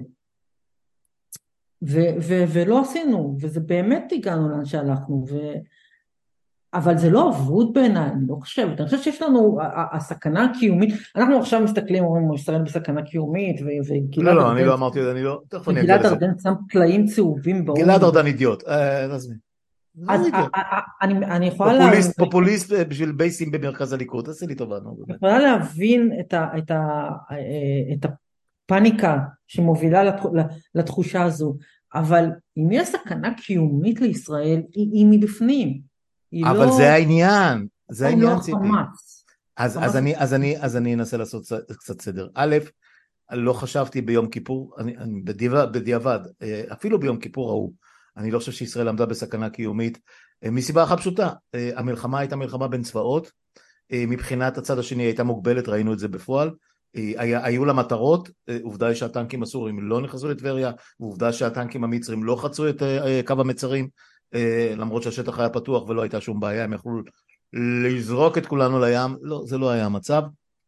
ולא עשינו, וזה באמת הגענו לאן שהלכנו, אבל זה לא אבוד בעיניי, אני לא חושבת. אני חושבת שיש לנו הסכנה הקיומית, אנחנו עכשיו מסתכלים, אומרים, ישראל בסכנה קיומית, לא, לא, אני לא אמרתי את זה, אני לא, תכף אני אגיע וגלעד לזה. ארדן שם פלאים צהובים באו"ם. גלעד ארדן אידיוט, אז אידיוט. אני יכולה פופוליסט בשביל בייסים במרכז הליכוד, תעשי לי טובה, נו, באמת. יכולה להבין את הפאניקה שמובילה לתחושה הזו, אבל אם יש סכנה קיומית לישראל, היא מבפנים. אבל זה העניין, זה העניין, ציפי. חמאס. אז אני אנסה לעשות קצת סדר. א', לא חשבתי ביום כיפור, בדיעבד, אפילו ביום כיפור ההוא, אני לא חושב שישראל עמדה בסכנה קיומית, מסיבה אחת פשוטה, המלחמה הייתה מלחמה בין צבאות, מבחינת הצד השני הייתה מוגבלת, ראינו את זה בפועל, היו לה מטרות, עובדה שהטנקים הסורים לא נכנסו לטבריה, ועובדה שהטנקים המצרים לא חצו את קו המצרים, למרות שהשטח היה פתוח ולא הייתה שום בעיה, הם יכלו לזרוק את כולנו לים, לא, זה לא היה המצב,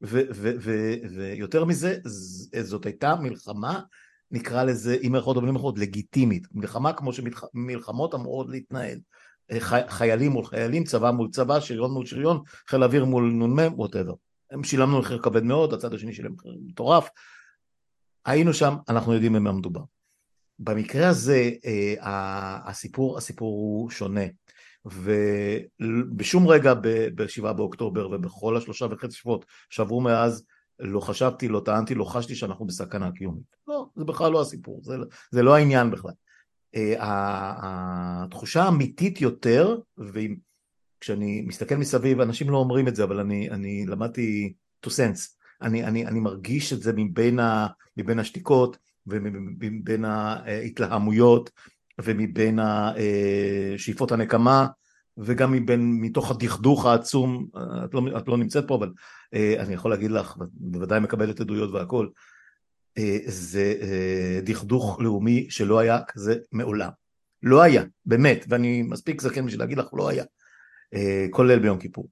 ויותר מזה, זאת הייתה מלחמה, נקרא לזה, עם מרכאות או בלי מרכאות, לגיטימית, מלחמה כמו שמלחמות אמורות להתנהל, חיילים מול חיילים, צבא מול צבא, שריון מול שריון, חיל אוויר מול נ"מ, whatever. הם שילמנו מחיר כבד מאוד, הצד השני שלהם מחיר מטורף, היינו שם, אנחנו יודעים במה מדובר. במקרה הזה, הסיפור הוא שונה, ובשום רגע ב7 באוקטובר ובכל 3.5 שבועות שעברו מאז, לא חשבתי, לא טענתי, לא חשתי שאנחנו בסכנה קיומית. לא, זה בכלל לא הסיפור, זה לא העניין בכלל. התחושה האמיתית יותר, וכשאני מסתכל מסביב, אנשים לא אומרים את זה, אבל אני למדתי to sense, אני מרגיש את זה מבין השתיקות, ומבין ההתלהמויות, ומבין שאיפות הנקמה, וגם מתוך הדכדוך העצום, את לא נמצאת פה, אבל אני יכול להגיד לך, בוודאי מקבלת עדויות והכל, זה דכדוך לאומי שלא היה כזה מעולם. לא היה, באמת, ואני מספיק זקן בשביל להגיד לך, לא היה, כולל ביום כיפור.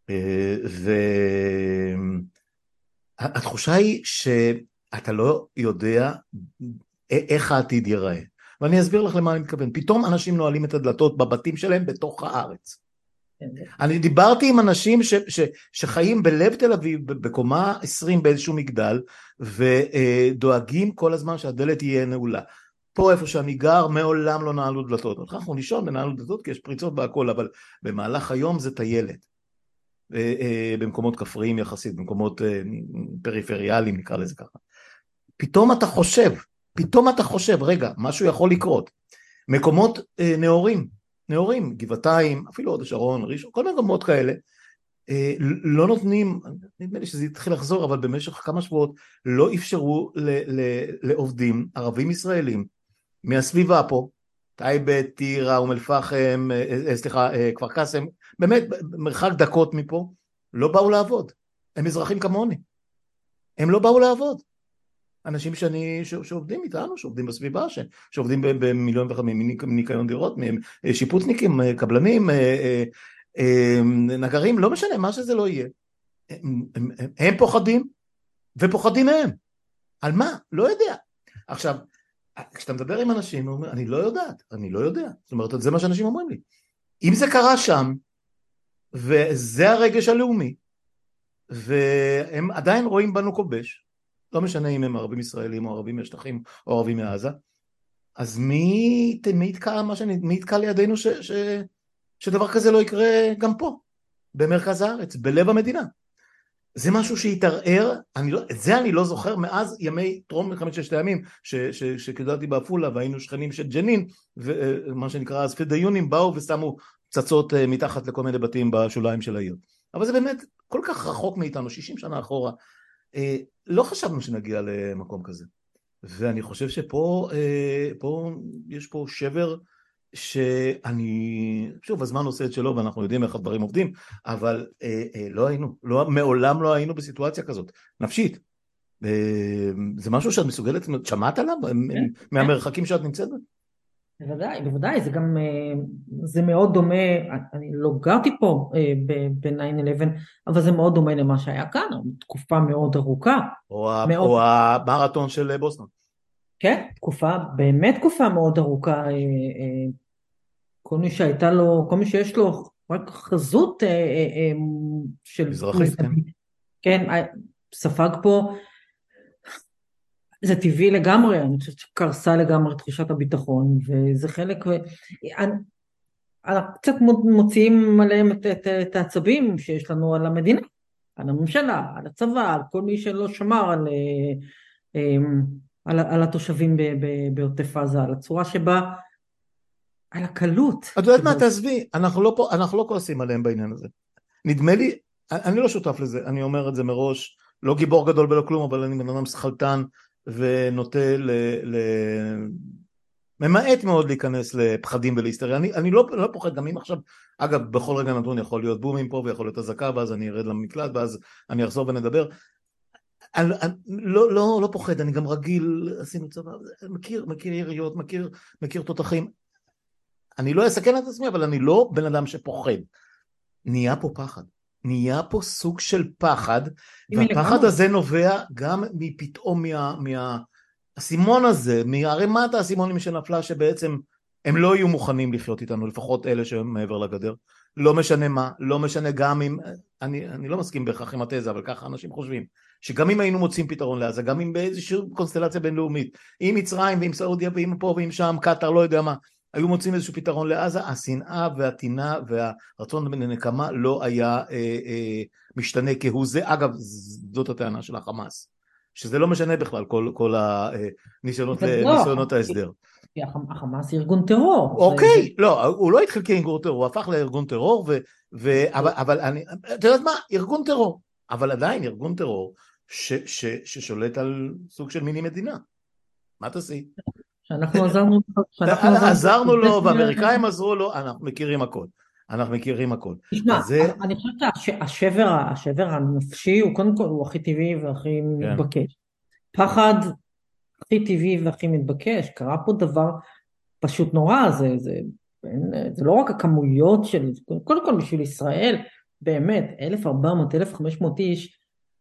והתחושה היא שאתה לא יודע איך העתיד ייראה. ואני אסביר לך למה אני מתכוון. פתאום אנשים נועלים את הדלתות בבתים שלהם בתוך הארץ. אני דיברתי עם אנשים שחיים בלב תל אביב, בקומה 20 באיזשהו מגדל, ודואגים כל הזמן שהדלת תהיה נעולה. פה איפה שאני גר, מעולם לא נעלו דלתות. אנחנו נשאול ונעלו דלתות כי יש פריצות בהכל, אבל במהלך היום זה טיילת. במקומות כפריים יחסית, במקומות פריפריאליים נקרא לזה ככה. פתאום אתה חושב, רגע, משהו יכול לקרות. מקומות נאורים, גבעתיים, אפילו עוד השרון, ראשון, כל מקומות כאלה, לא נותנים, נדמה לי שזה התחיל לחזור, אבל במשך כמה שבועות לא אפשרו לעובדים ערבים ישראלים מהסביבה פה, טייבה, טירה, אום אל-פחם, כפר קאסם, באמת מרחק דקות מפה, לא באו לעבוד. הם אזרחים כמוני. הם לא באו לעבוד. אנשים שעובדים איתנו, שעובדים בסביבה, שעובדים במיליון וחמים, ניקיון דירות, שיפוצניקים, קבלנים, נגרים, לא משנה, מה שזה לא יהיה. הם פוחדים, ופוחדים מהם. על מה? לא יודע. עכשיו, כשאתה מדבר עם אנשים, הוא אומר, אני לא יודע. זאת אומרת, זה מה שאנשים אומרים לי. אם זה קרה שם, וזה הרגש הלאומי, והם עדיין רואים בנו כובש, לא משנה אם הם ערבים ישראלים, או ערבים מהשטחים, או ערבים מעזה, אז מי יתקע לידינו שדבר כזה לא יקרה גם פה, במרכז הארץ, בלב המדינה. זה משהו שהתערער, את זה אני לא זוכר מאז ימי טרום מלחמת ששת הימים, שקידלתי בעפולה והיינו שכנים של ג'נין, ומה שנקרא אז פדאיונים באו ושמו פצצות מתחת לכל מיני בתים בשוליים של העיר. אבל זה באמת כל כך רחוק מאיתנו, 60 שנה אחורה, לא חשבנו שנגיע למקום כזה. ואני חושב שפה יש פה שבר שאני, שוב, הזמן עושה את שלו ואנחנו יודעים איך הדברים עובדים, אבל לא היינו, מעולם לא היינו בסיטואציה כזאת, נפשית. זה משהו שאת מסוגלת, שמעת עליו? כן, כן. מהמרחקים שאת נמצאת בו? בוודאי, בוודאי, זה גם, זה מאוד דומה, אני לא גרתי פה ב-9-11, אבל זה מאוד דומה למה שהיה כאן, תקופה מאוד ארוכה, מאוד, או המרתון של בוסטון. כן, תקופה, באמת תקופה מאוד ארוכה, כל מי שהייתה לו, כל מי שיש לו רק חזות של מזרחית, כן. מזרחית, כן, ספג פה, זה טבעי לגמרי, אני חושבת שקרסה לגמרי תחושת הביטחון, וזה חלק, אנחנו קצת מוציאים עליהם את העצבים שיש לנו על המדינה, על הממשלה, על הצבא, על כל מי שלא שמר על התושבים בעוטף עזה, על הצורה שבה, על הקלות. את יודעת מה, תעזבי, אנחנו לא כועסים עליהם בעניין הזה. נדמה לי, אני לא שותף לזה, אני אומר את זה מראש, לא גיבור גדול ולא כלום, אבל אני בן אדם שכלתן ונוטה ממעט מאוד להיכנס לפחדים ולהיסטריה. אני לא פוחד, גם אם עכשיו, אגב, בכל רגע נתון יכול להיות בומים פה ויכול להיות אזעקה, ואז אני ארד למקלט, ואז אני אחזור ונדבר. אני לא פוחד, אני גם רגיל, עשינו צבא, מכיר יריות, מכיר תותחים. אני לא אסכן את עצמי, אבל אני לא בן אדם שפוחד. נהיה פה פחד. נהיה פה סוג של פחד, והפחד הזה נובע גם פתאום מהאסימון הזה, מהרמת האסימונים שנפלה, שבעצם הם לא יהיו מוכנים לחיות איתנו, לפחות אלה שהם מעבר לגדר. לא משנה מה, לא משנה גם אם, אני לא מסכים בהכרח עם התזה, אבל ככה אנשים חושבים, שגם אם היינו מוצאים פתרון לעזה, גם אם באיזושהי קונסטלציה בינלאומית, עם מצרים ועם סעודיה ועם פה ועם שם, קטר, לא יודע מה, היו מוצאים איזשהו פתרון לעזה, השנאה והטינה והרצון לנקמה לא היה משתנה כהוא זה. אגב, זאת הטענה של החמאס, שזה לא משנה בכלל כל הניסיונות ההסדר. החמאס ארגון טרור. אוקיי, לא, הוא לא התחיל כארגון טרור, הוא הפך לארגון טרור, אבל אתה יודעת מה, ארגון טרור, אבל עדיין ארגון טרור ששולט על סוג של מיני מדינה. מה תעשי? שאנחנו עזרנו לו ואמריקאים עזרו לו, אנחנו מכירים הכל. תשמע, אני חושבת שהשבר הנפשי הוא קודם כל הוא הכי טבעי והכי מתבקש. פחד הכי טבעי והכי מתבקש. קרה פה דבר פשוט נורא, זה לא רק הכמויות של, קודם כל בשביל ישראל, באמת, 1,400, 1,500 איש,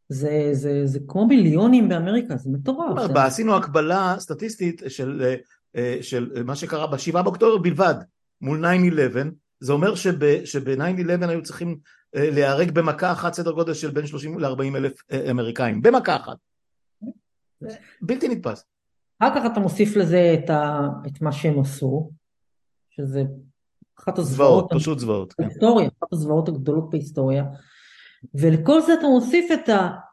זה כמו מיליונים באמריקה, זה מטורף. עשינו הקבלה סטטיסטית של מה שקרה ב7 באוקטובר בלבד, מול 9-11, זה אומר שב-9-11 היו צריכים להיהרג במכה אחת סדר גודל של בין 30 ל-40 אלף אמריקאים, במכה אחת. בלתי נתפס. אחר כך אתה מוסיף לזה את מה שהם עשו, שזה אחת הזוועות, פשוט זוועות, בהיסטוריה, אחת הזוועות הגדולות בהיסטוריה, ולכל זה אתה מוסיף את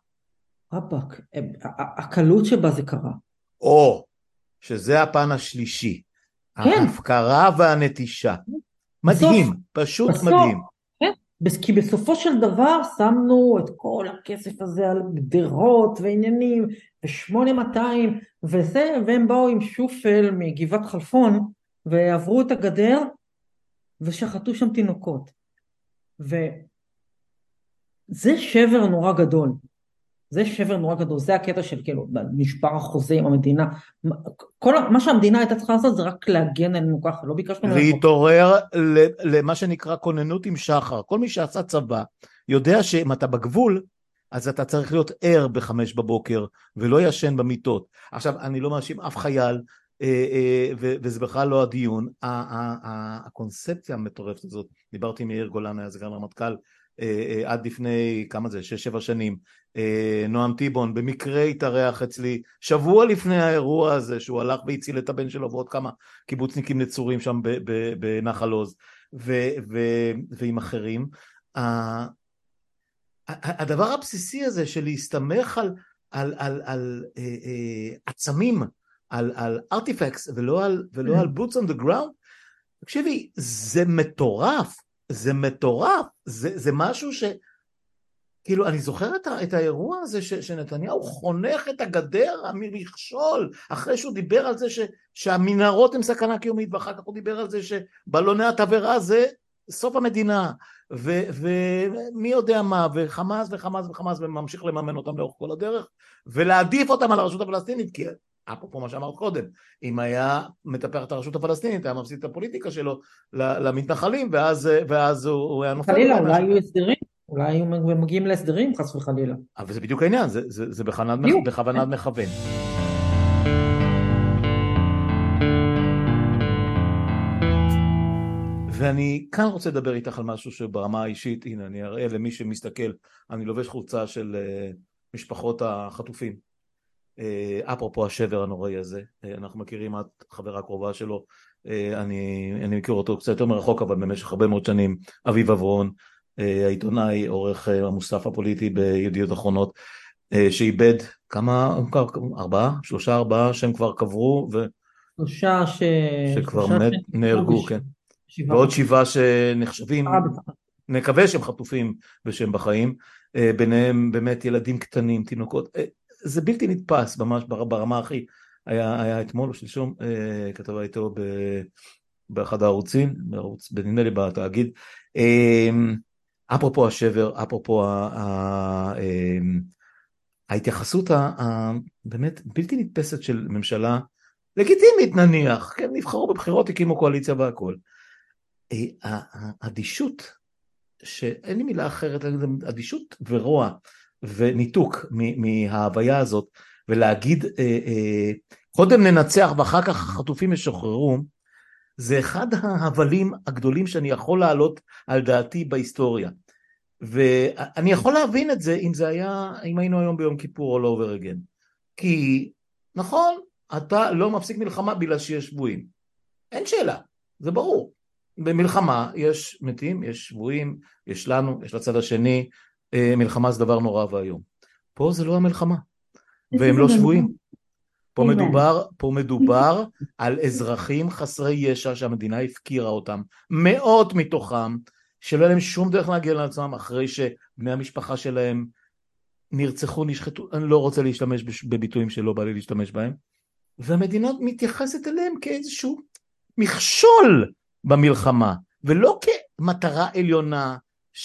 הקלות שבה זה קרה. או, שזה הפן השלישי, ההפקרה והנטישה. מדהים, פשוט מדהים. כי בסופו של דבר שמנו את כל הכסף הזה על גדרות ועניינים, ו8200 וזה, והם באו עם שופל מגבעת חלפון, ועברו את הגדר, ושחטו שם תינוקות. וזה שבר נורא גדול. זה הקטע של כאילו, נשבר החוזה עם המדינה. מה שהמדינה הייתה צריכה לעשות זה רק להגן עלינו ככה, לא ביקשנו... להתעורר למה שנקרא כוננות עם שחר. כל מי שעשה צבא יודע שאם אתה בגבול, אז אתה צריך להיות ער ב5 בבוקר, ולא ישן במיטות. עכשיו, אני לא מאשים אף חייל, וזה בכלל לא הדיון. הקונספציה המטורפת הזאת, דיברתי עם יאיר גולן, היה סגן רמטכ"ל, עד לפני כמה זה, 6-7 שנים, נועם טיבון במקרה התארח אצלי שבוע לפני האירוע הזה, שהוא הלך והציל את הבן שלו ועוד כמה קיבוצניקים נצורים שם בנחל עוז ועם אחרים. הדבר הבסיסי הזה של להסתמך על עצמים, על artifacts ולא על boots on the ground, תקשיבי, זה מטורף, זה מטורף, זה משהו כאילו, אני זוכר את האירוע הזה שנתניהו חונך את הגדר המכשול, אחרי שהוא דיבר על זה שהמנהרות הן סכנה קיומית, ואחר כך הוא דיבר על זה שבלוני התבערה זה סוף המדינה, ומי יודע מה, וחמאס וחמאס וחמאס, וממשיך לממן אותם לאורך כל הדרך, ולהעדיף אותם על הרשות הפלסטינית, כי אפרופו מה שאמרת קודם, אם היה מטפח את הרשות הפלסטינית, היה מפסיד את הפוליטיקה שלו למתנחלים, ואז הוא היה נופל. חלילה, אולי יהיו הסדרים. אולי היו מגיעים להסדרים, חס וחלילה. אבל זה בדיוק העניין, זה בכוונת מכוון. ואני כאן רוצה לדבר איתך על משהו שברמה האישית, הנה אני אראה למי שמסתכל, אני לובש חולצה של משפחות החטופים, אפרופו השבר הנוראי הזה, אנחנו מכירים, את חברה קרובה שלו, אני מכיר אותו קצת יותר מרחוק, אבל במשך הרבה מאוד שנים, אביב אברון, העיתונאי, עורך המוסף הפוליטי בידיעות אחרונות, שאיבד כמה, שלושה ארבעה שהם כבר קברו, שכבר נהרגו, כן. ועוד 7 שנחשבים, נקווה שהם חטופים ושהם בחיים, ביניהם באמת ילדים קטנים, תינוקות, זה בלתי נתפס ממש ברמה הכי, היה אתמול או שלשום, כתבה איתו באחד הערוצים, נדמה לי בתאגיד, אפרופו השבר, אפרופו ההתייחסות באמת בלתי נתפסת של ממשלה, לגיטימית נניח, כן, נבחרו בבחירות, הקימו קואליציה והכל. האדישות, שאין לי מילה אחרת, אדישות ורוע וניתוק מההוויה הזאת, ולהגיד, קודם ננצח ואחר כך החטופים ישוחררו, זה אחד ההבלים הגדולים שאני יכול להעלות על דעתי בהיסטוריה. ואני יכול להבין את זה אם היינו היום ביום כיפור או לא over again. כי נכון, אתה לא מפסיק מלחמה בגלל שיש שבויים. אין שאלה, זה ברור. במלחמה יש מתים, יש שבויים, יש לנו, יש לצד השני, מלחמה זה דבר נורא והיום. פה זה לא המלחמה, והם לא שבויים. פה מדובר על אזרחים חסרי ישע שהמדינה הפקירה אותם, מאות מתוכם, שלא היה להם שום דרך להגיע לעצמם אחרי שבני המשפחה שלהם נרצחו, נשחטו, אני לא רוצה להשתמש בביטויים שלא בא לי להשתמש בהם, והמדינה מתייחסת אליהם כאיזשהו מכשול במלחמה, ולא כמטרה עליונה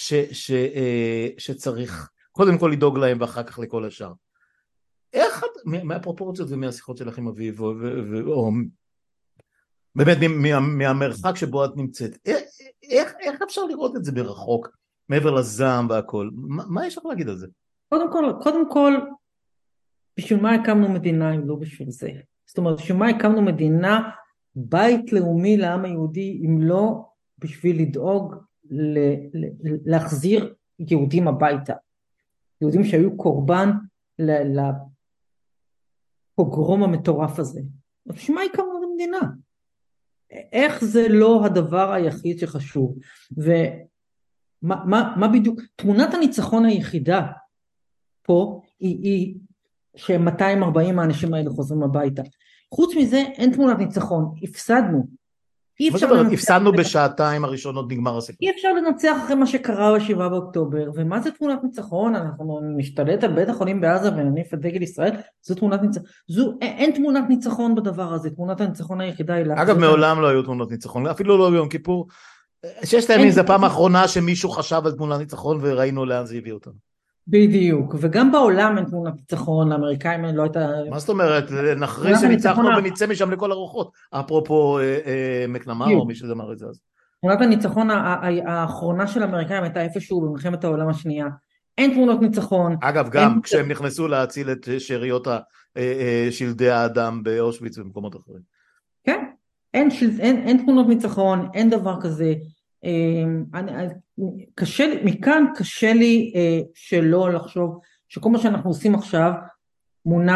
שצריך קודם כל לדאוג להם ואחר כך לכל השאר. איך מהפרופורציות ומהשיחות שלך עם אביב, או באמת מהמרחק שבו את נמצאת, איך אפשר לראות את זה ברחוק, מעבר לזעם והכל? מה יש לך להגיד על זה? קודם כל, בשביל מה הקמנו מדינה אם לא בשביל זה? זאת אומרת, בשביל מה הקמנו מדינה, בית לאומי לעם היהודי, אם לא בשביל לדאוג להחזיר יהודים הביתה. יהודים שהיו קורבן לפוגרום המטורף הזה. בשביל מה הקמנו את המדינה? איך זה לא הדבר היחיד שחשוב? ומה בדיוק? תמונת הניצחון היחידה פה היא ש-240 האנשים האלה חוזרים הביתה. חוץ מזה אין תמונת ניצחון, הפסדנו. הפסדנו בשעתיים הראשונות נגמר הסיפור. אי אפשר לנצח אחרי מה שקרה ב7 באוקטובר, ומה זה תמונת ניצחון? אנחנו נשתלט על בית החולים בעזה ונניף את דגל ישראל, זו תמונת ניצחון. אין תמונת ניצחון בדבר הזה, תמונת הניצחון היחידה היא... אגב, מעולם לא היו תמונות ניצחון, אפילו לא ביום כיפור. 6 ימים זה פעם האחרונה שמישהו חשב על תמונת ניצחון וראינו לאן זה הביא אותנו. בדיוק, וגם בעולם אין תמונת ניצחון, לאמריקאים לא הייתה... מה זאת אומרת? נחרי שניצחנו ונצא משם לכל הרוחות, אפרופו מקנמר או מי שזה אמר את זה אז. תמונת הניצחון האחרונה של האמריקאים הייתה איפשהו במלחמת העולם השנייה. אין תמונות ניצחון. אגב, גם כשהם נכנסו להציל את שאריות שלדי האדם באושוויץ ובמקומות אחרים. כן, אין תמונות ניצחון, אין דבר כזה. מכאן קשה לי שלא לחשוב שכל מה שאנחנו עושים עכשיו מונע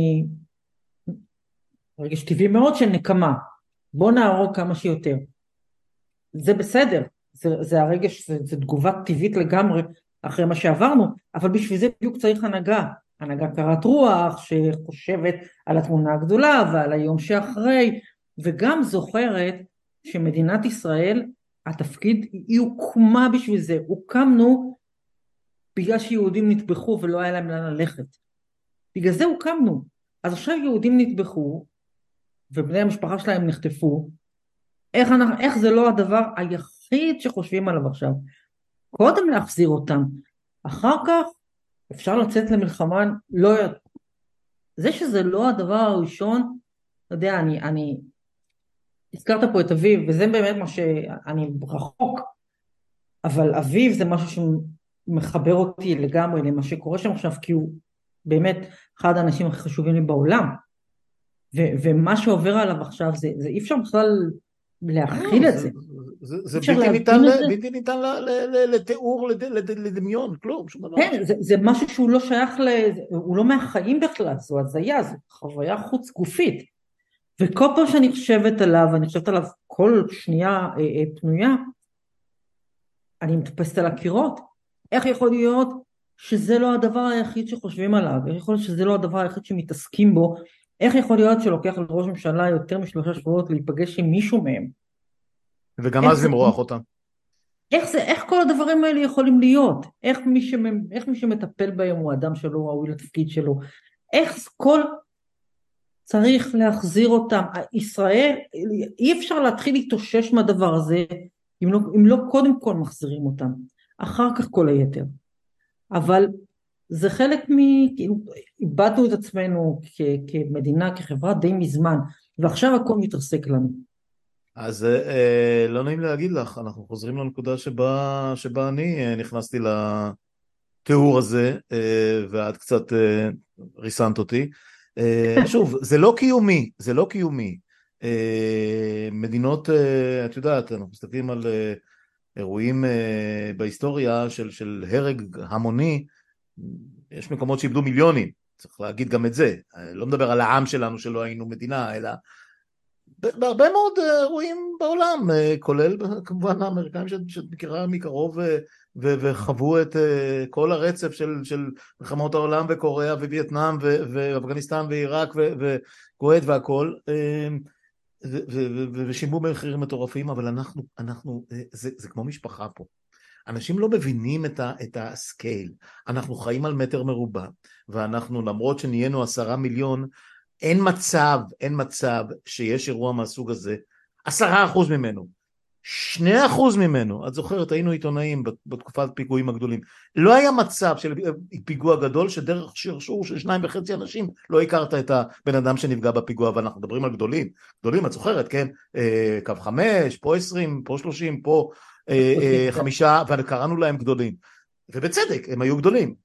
מרגש טבעי מאוד של נקמה. בוא נהרוג כמה שיותר. זה בסדר, זה הרגש, זה תגובה טבעית לגמרי אחרי מה שעברנו, אבל בשביל זה בדיוק צריך הנהגה, הנהגה קרת רוח שחושבת על התמונה הגדולה ועל היום שאחרי, וגם זוכרת שמדינת ישראל, התפקיד, היא הוקמה בשביל זה, הוקמנו בגלל שיהודים נטבחו ולא היה להם לאן ללכת, בגלל זה הוקמנו. אז עכשיו יהודים נטבחו ובני המשפחה שלהם נחטפו, איך זה לא הדבר היחיד שחושבים עליו עכשיו? קודם להחזיר אותם, אחר כך אפשר לצאת למלחמה, לא יודע. זה שזה לא הדבר הראשון, אתה יודע, אני הזכרת פה את אביב, וזה באמת מה שאני רחוק, אבל אביב זה משהו שמחבר אותי לגמרי למה שקורה שם עכשיו, כי הוא באמת אחד האנשים הכי חשובים לי בעולם, ומה שעובר עליו עכשיו, זה אי אפשר בכלל להכיל את זה. זה בלתי ניתן לתיאור, לדמיון, כלום, שום דבר. כן, זה משהו שהוא לא שייך, הוא לא מהחיים בכלל, זו הזיה, זו חוויה חוץ גופית. וכל פעם שאני חושבת עליו, אני חושבת עליו כל שנייה פנויה, אני מטפסת על הקירות. איך יכול להיות שזה לא הדבר היחיד שחושבים עליו? איך יכול להיות שזה לא הדבר היחיד שמתעסקים בו? איך יכול להיות שלוקח לראש ממשלה יותר מ3 שבועות להיפגש עם מישהו מהם? וגם אז למרוח אותם. איך כל הדברים האלה יכולים להיות? איך מי שמטפל בהם הוא אדם שלא ראוי לתפקיד שלו? איך כל צריך להחזיר אותם? ישראל, אי אפשר להתחיל להתאושש מהדבר הזה, אם לא קודם כל מחזירים אותם, אחר כך כל היתר. אבל זה חלק כאילו, איבדנו את עצמנו כמדינה, כחברה די מזמן, ועכשיו הכל מתרסק לנו. אז לא נעים להגיד לך, אנחנו חוזרים לנקודה שבה אני נכנסתי לתיאור הזה, ואת קצת ריסנת אותי. שוב, זה לא קיומי, זה לא קיומי. מדינות, את יודעת, אנחנו מסתכלים על אירועים בהיסטוריה של הרג המוני, יש מקומות שאיבדו מיליונים, צריך להגיד גם את זה. לא מדבר על העם שלנו שלא היינו מדינה, אלא בהרבה מאוד אירועים בעולם, כולל כמובן האמריקאים שאת מכירה מקרוב וחוו את כל הרצף של מלחמות העולם וקוריאה ווייטנאם ואפגניסטן ועיראק וכווית והכל, ושילמו במחירים מטורפים, אבל אנחנו זה כמו משפחה פה. אנשים לא מבינים את הסקייל. אנחנו חיים על מטר מרובע, ואנחנו למרות שנהיינו 10 מיליון, אין מצב שיש אירוע מהסוג הזה, 10% ממנו, 2% ממנו, את זוכרת, היינו עיתונאים בתקופת פיגועים הגדולים, לא היה מצב של פיגוע גדול, שדרך שרשור של 2.5 אנשים, לא הכרת את הבן אדם שנפגע בפיגוע, ואנחנו מדברים על גדולים, את זוכרת, כן? קו 5, פה 20, פה 30, פה 5, וקראנו להם גדולים, ובצדק, הם היו גדולים.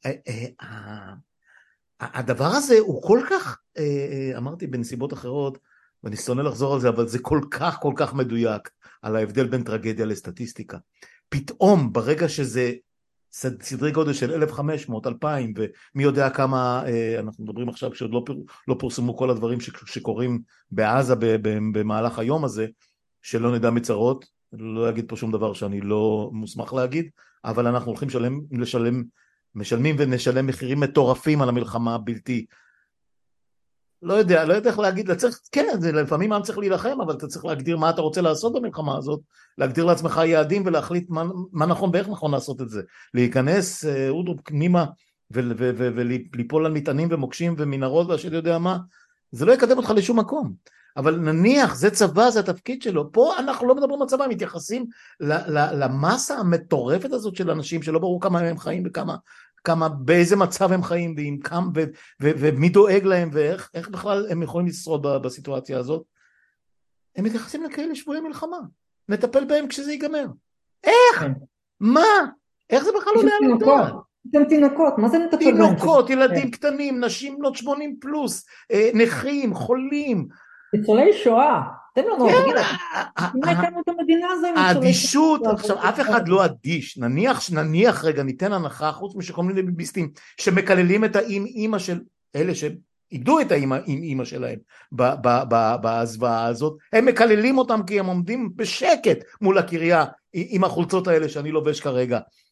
הדבר הזה הוא כל כך, אמרתי בנסיבות אחרות, ואני שונא לחזור על זה, אבל זה כל כך מדויק, על ההבדל בין טרגדיה לסטטיסטיקה. פתאום, ברגע שזה סדרי גודל של 1,500, 2,000, ומי יודע כמה, אנחנו מדברים עכשיו, שעוד לא פורסמו כל הדברים שקורים בעזה במהלך היום הזה, שלא נדע מצרות, לא אגיד פה שום דבר שאני לא מוסמך להגיד, אבל אנחנו הולכים משלמים ונשלם מחירים מטורפים על המלחמה הבלתי, לא יודע איך להגיד, כן, לפעמים העם צריך להילחם, אבל אתה צריך להגדיר מה אתה רוצה לעשות במלחמה הזאת, להגדיר לעצמך יעדים ולהחליט מה נכון ואיך נכון לעשות את זה, להיכנס פנימה וליפול על מטענים ומוקשים ומנהרות והשאל יודע מה, זה לא יקדם אותך לשום מקום. אבל נניח זה צבא, זה התפקיד שלו, פה אנחנו לא מדברים על צבא, מתייחסים למסה המטורפת הזאת של אנשים שלא ברור כמה הם חיים וכמה באיזה מצב הם חיים ומי דואג להם ואיך בכלל הם יכולים לשרוד בסיטואציה הזאת. הם מתייחסים לכאלה שבויי מלחמה, נטפל בהם כשזה ייגמר. איך? מה? איך זה בכלל עולה על הדעת? תינוקות, מה זה נטפל בהם? תינוקות, ילדים קטנים, נשים בנות 80 פלוס, נכים, חולים, ניצולי שואה, תן לנו, תגיד, מה הקמנו את המדינה הזו? האדישות, עכשיו אף אחד לא אדיש, נניח רגע, ניתן הנחה, חוץ משכל מיני ביביסטים, שמקללים את האמא של אלה שאיבדו את האמא שלהם בהזוואה הזאת, הם מקללים אותם כי הם עומדים בשקט מול הקריה עם החולצות האלה שאני לובש כרגע,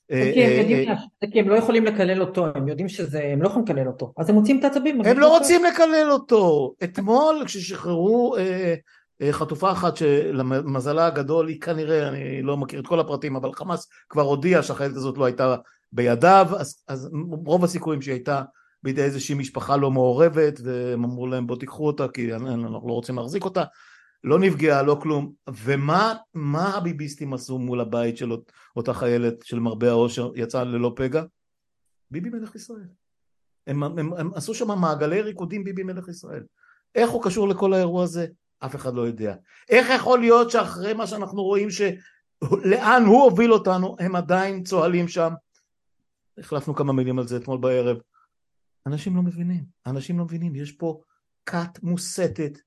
זה כי הם לא יכולים לקלל אותו, הם יודעים הם לא יכולים לקלל אותו, אז הם מוצאים את העצבים. הם לא רוצים לקלל אותו. אתמול כששחררו חטופה אחת שלמזלה הגדול היא כנראה, אני לא מכיר את כל הפרטים, אבל חמאס כבר הודיע שהחיילת הזאת לא הייתה בידיו, אז רוב הסיכויים שהיא הייתה בידי איזושהי משפחה לא מעורבת, והם אמרו להם בוא תיקחו אותה כי אנחנו לא רוצים להחזיק אותה. לא נפגעה, לא כלום. ומה הביביסטים עשו מול הבית של אותה חיילת של מרבה האושר, יצאה ללא פגע? ביבי מלך ישראל. הם עשו שם מעגלי ריקודים ביבי מלך ישראל. איך הוא קשור לכל האירוע הזה? אף אחד לא יודע. איך יכול להיות שאחרי מה שאנחנו רואים לאן הוא הוביל אותנו, הם עדיין צוהלים שם? החלפנו כמה מילים על זה אתמול בערב. אנשים לא מבינים. יש פה כת מוסתת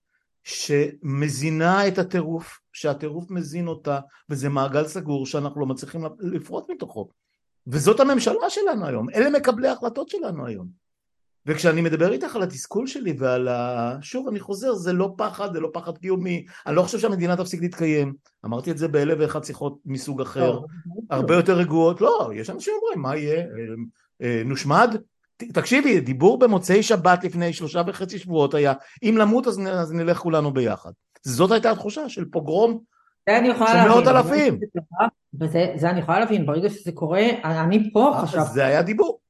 שמזינה את הטירוף, שהטירוף מזין אותה, וזה מעגל סגור שאנחנו לא מצליחים לפרוט מתוכו. וזאת הממשלה שלנו היום, אלה מקבלי ההחלטות שלנו היום. וכשאני מדבר איתך על התסכול שלי שוב אני חוזר, זה לא פחד קיומי, אני לא חושב שהמדינה תפסיק להתקיים, אמרתי את זה באלף ואחת שיחות מסוג אחר, הרבה יותר רגועות, לא, יש אנשים אומרים, מה יהיה, נושמד? תקשיבי, דיבור במוצאי שבת לפני 3.5 שבועות היה, אם למות אז נלך כולנו ביחד. זאת הייתה התחושה של פוגרום של מאות אלפים. זה אני יכולה להבין, ברגע שזה קורה, אני פה חשבתי. זה היה דיבור.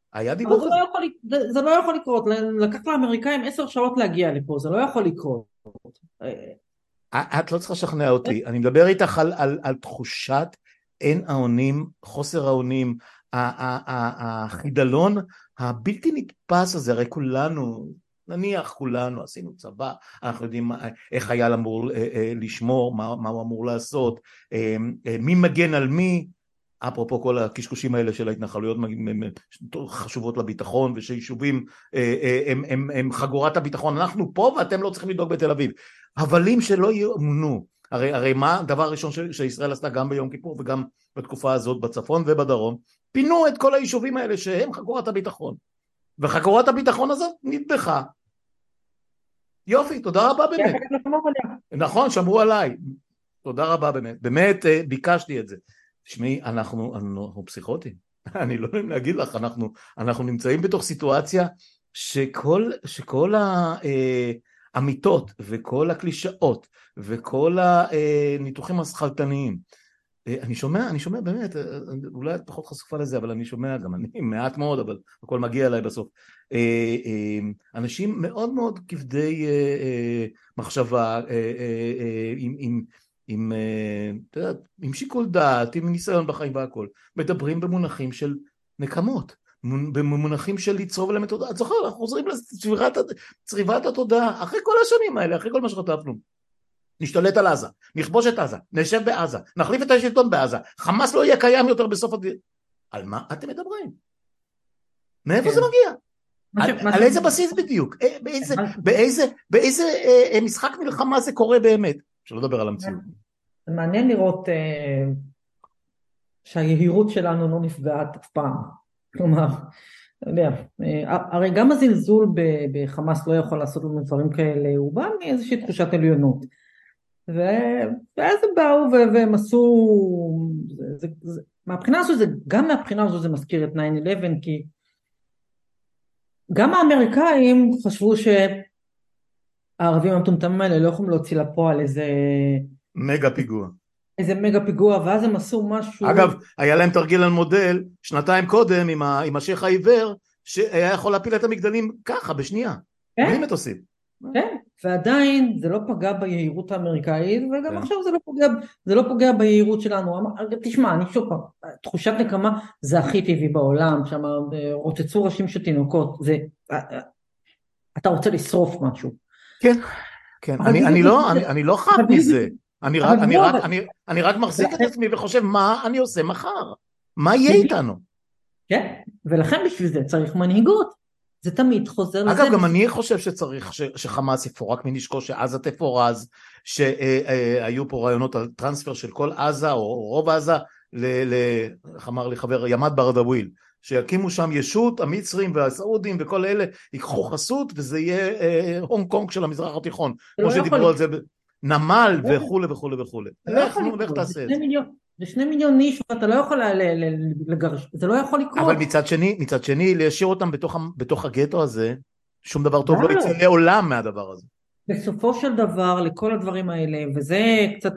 זה לא יכול לקרות, לקח לאמריקאים 10 שעות להגיע לפה, זה לא יכול לקרות. את לא צריכה לשכנע אותי, אני מדבר איתך על תחושת אין האונים, חוסר האונים, החידלון הבלתי נתפס הזה, הרי נניח כולנו עשינו צבא, אנחנו יודעים איך חייל אמור לשמור, מה הוא אמור לעשות, מי מגן על מי, אפרופו כל הקשקושים האלה של ההתנחלויות חשובות לביטחון, ושיישובים הם חגורת הביטחון, אנחנו פה ואתם לא צריכים לדאוג בתל אביב, הבלים שלא יאמנו, הרי מה הדבר הראשון שישראל עשתה גם ביום כיפור וגם בתקופה הזאת בצפון ובדרום, פינו את כל היישובים האלה שהם חגורת הביטחון, וחגורת הביטחון הזאת נטבחה. יופי, תודה רבה באמת. נכון, שמרו עליי. תודה רבה באמת ביקשתי את זה. תשמעי, אנחנו פסיכוטים. אני לא יודע להגיד לך, אנחנו נמצאים בתוך סיטואציה שכל האמיתות וכל הקלישאות וכל הניתוחים השכלתניים, אני שומע באמת, אולי את פחות חשופה לזה, אבל אני שומע גם אני מעט מאוד, אבל הכל מגיע אליי בסוף, אנשים מאוד מאוד כבדי מחשבה, עם שיקול דעת, עם ניסיון בחיים והכל, מדברים במונחים של נקמות, במונחים של לצרוב להם את התודעה. את זוכר, אנחנו חוזרים לצריבת התודעה, אחרי כל השנים האלה, אחרי כל מה שחטפנו. נשתלט על עזה, נכבוש את עזה, נשב בעזה, נחליף את השלטון בעזה, חמאס לא יהיה קיים יותר בסוף הדבר. על מה אתם מדברים? מאיפה זה מגיע? על איזה בסיס בדיוק? באיזה משחק מלחמה זה קורה באמת? שלא לדבר על המציאות. זה מעניין לראות שהיהירות שלנו לא נפגעת אף פעם. כלומר, אתה יודע, הרי גם הזלזול בחמאס לא יכול לעשות לנו דברים כאלה, הוא בא מאיזושהי תחושת עליונות. ואז הם באו והם עשו, מהבחינה הזו, גם מהבחינה הזו זה מזכיר את 9/11, כי גם האמריקאים חשבו שהערבים המטומטמים האלה לא יכולים להוציא לפועל איזה מגה פיגוע, ואז הם עשו משהו. אגב, היה להם תרגיל על מודל 2 קודם עם השייך העיוור, שהיה יכול להפיל את המגדלים ככה בשנייה, בלי מטוסים. כן, ועדיין זה לא פגע ביהירות האמריקאית, וגם עכשיו זה לא פוגע ביהירות שלנו. תשמע, אני שוב פעם, תחושת נקמה זה הכי טבעי בעולם, שם רוצצו ראשים של תינוקות, אתה רוצה לשרוף משהו. כן, אני לא חד מזה, אני רק מחזיק את עצמי וחושב מה אני עושה מחר, מה יהיה איתנו? כן, ולכן בשביל זה צריך מנהיגות. זה תמיד חוזר לזה. אגב, גם אני חושב שצריך שחמאס יפורק מנשקו, שעזה תפורז, שהיו פה רעיונות על טרנספר של כל עזה, או רוב עזה, איך אמר לי חבר, ימד ברדוויל, שיקימו שם ישות, המצרים והסעודים וכל אלה, ייקחו חסות, וזה יהיה הונג קונג של המזרח התיכון, כמו שדיברו על זה, נמל וכו' וכו' וכו'. לך תעשה את זה. זה 2 מיליון איש, ואתה לא יכול לגרש, זה לא יכול אבל לקרות. מצד שני, להשאיר אותם בתוך הגטו הזה, שום דבר טוב גם לא יצא לא. לעולם מהדבר הזה. בסופו של דבר, לכל הדברים האלה, וזה קצת,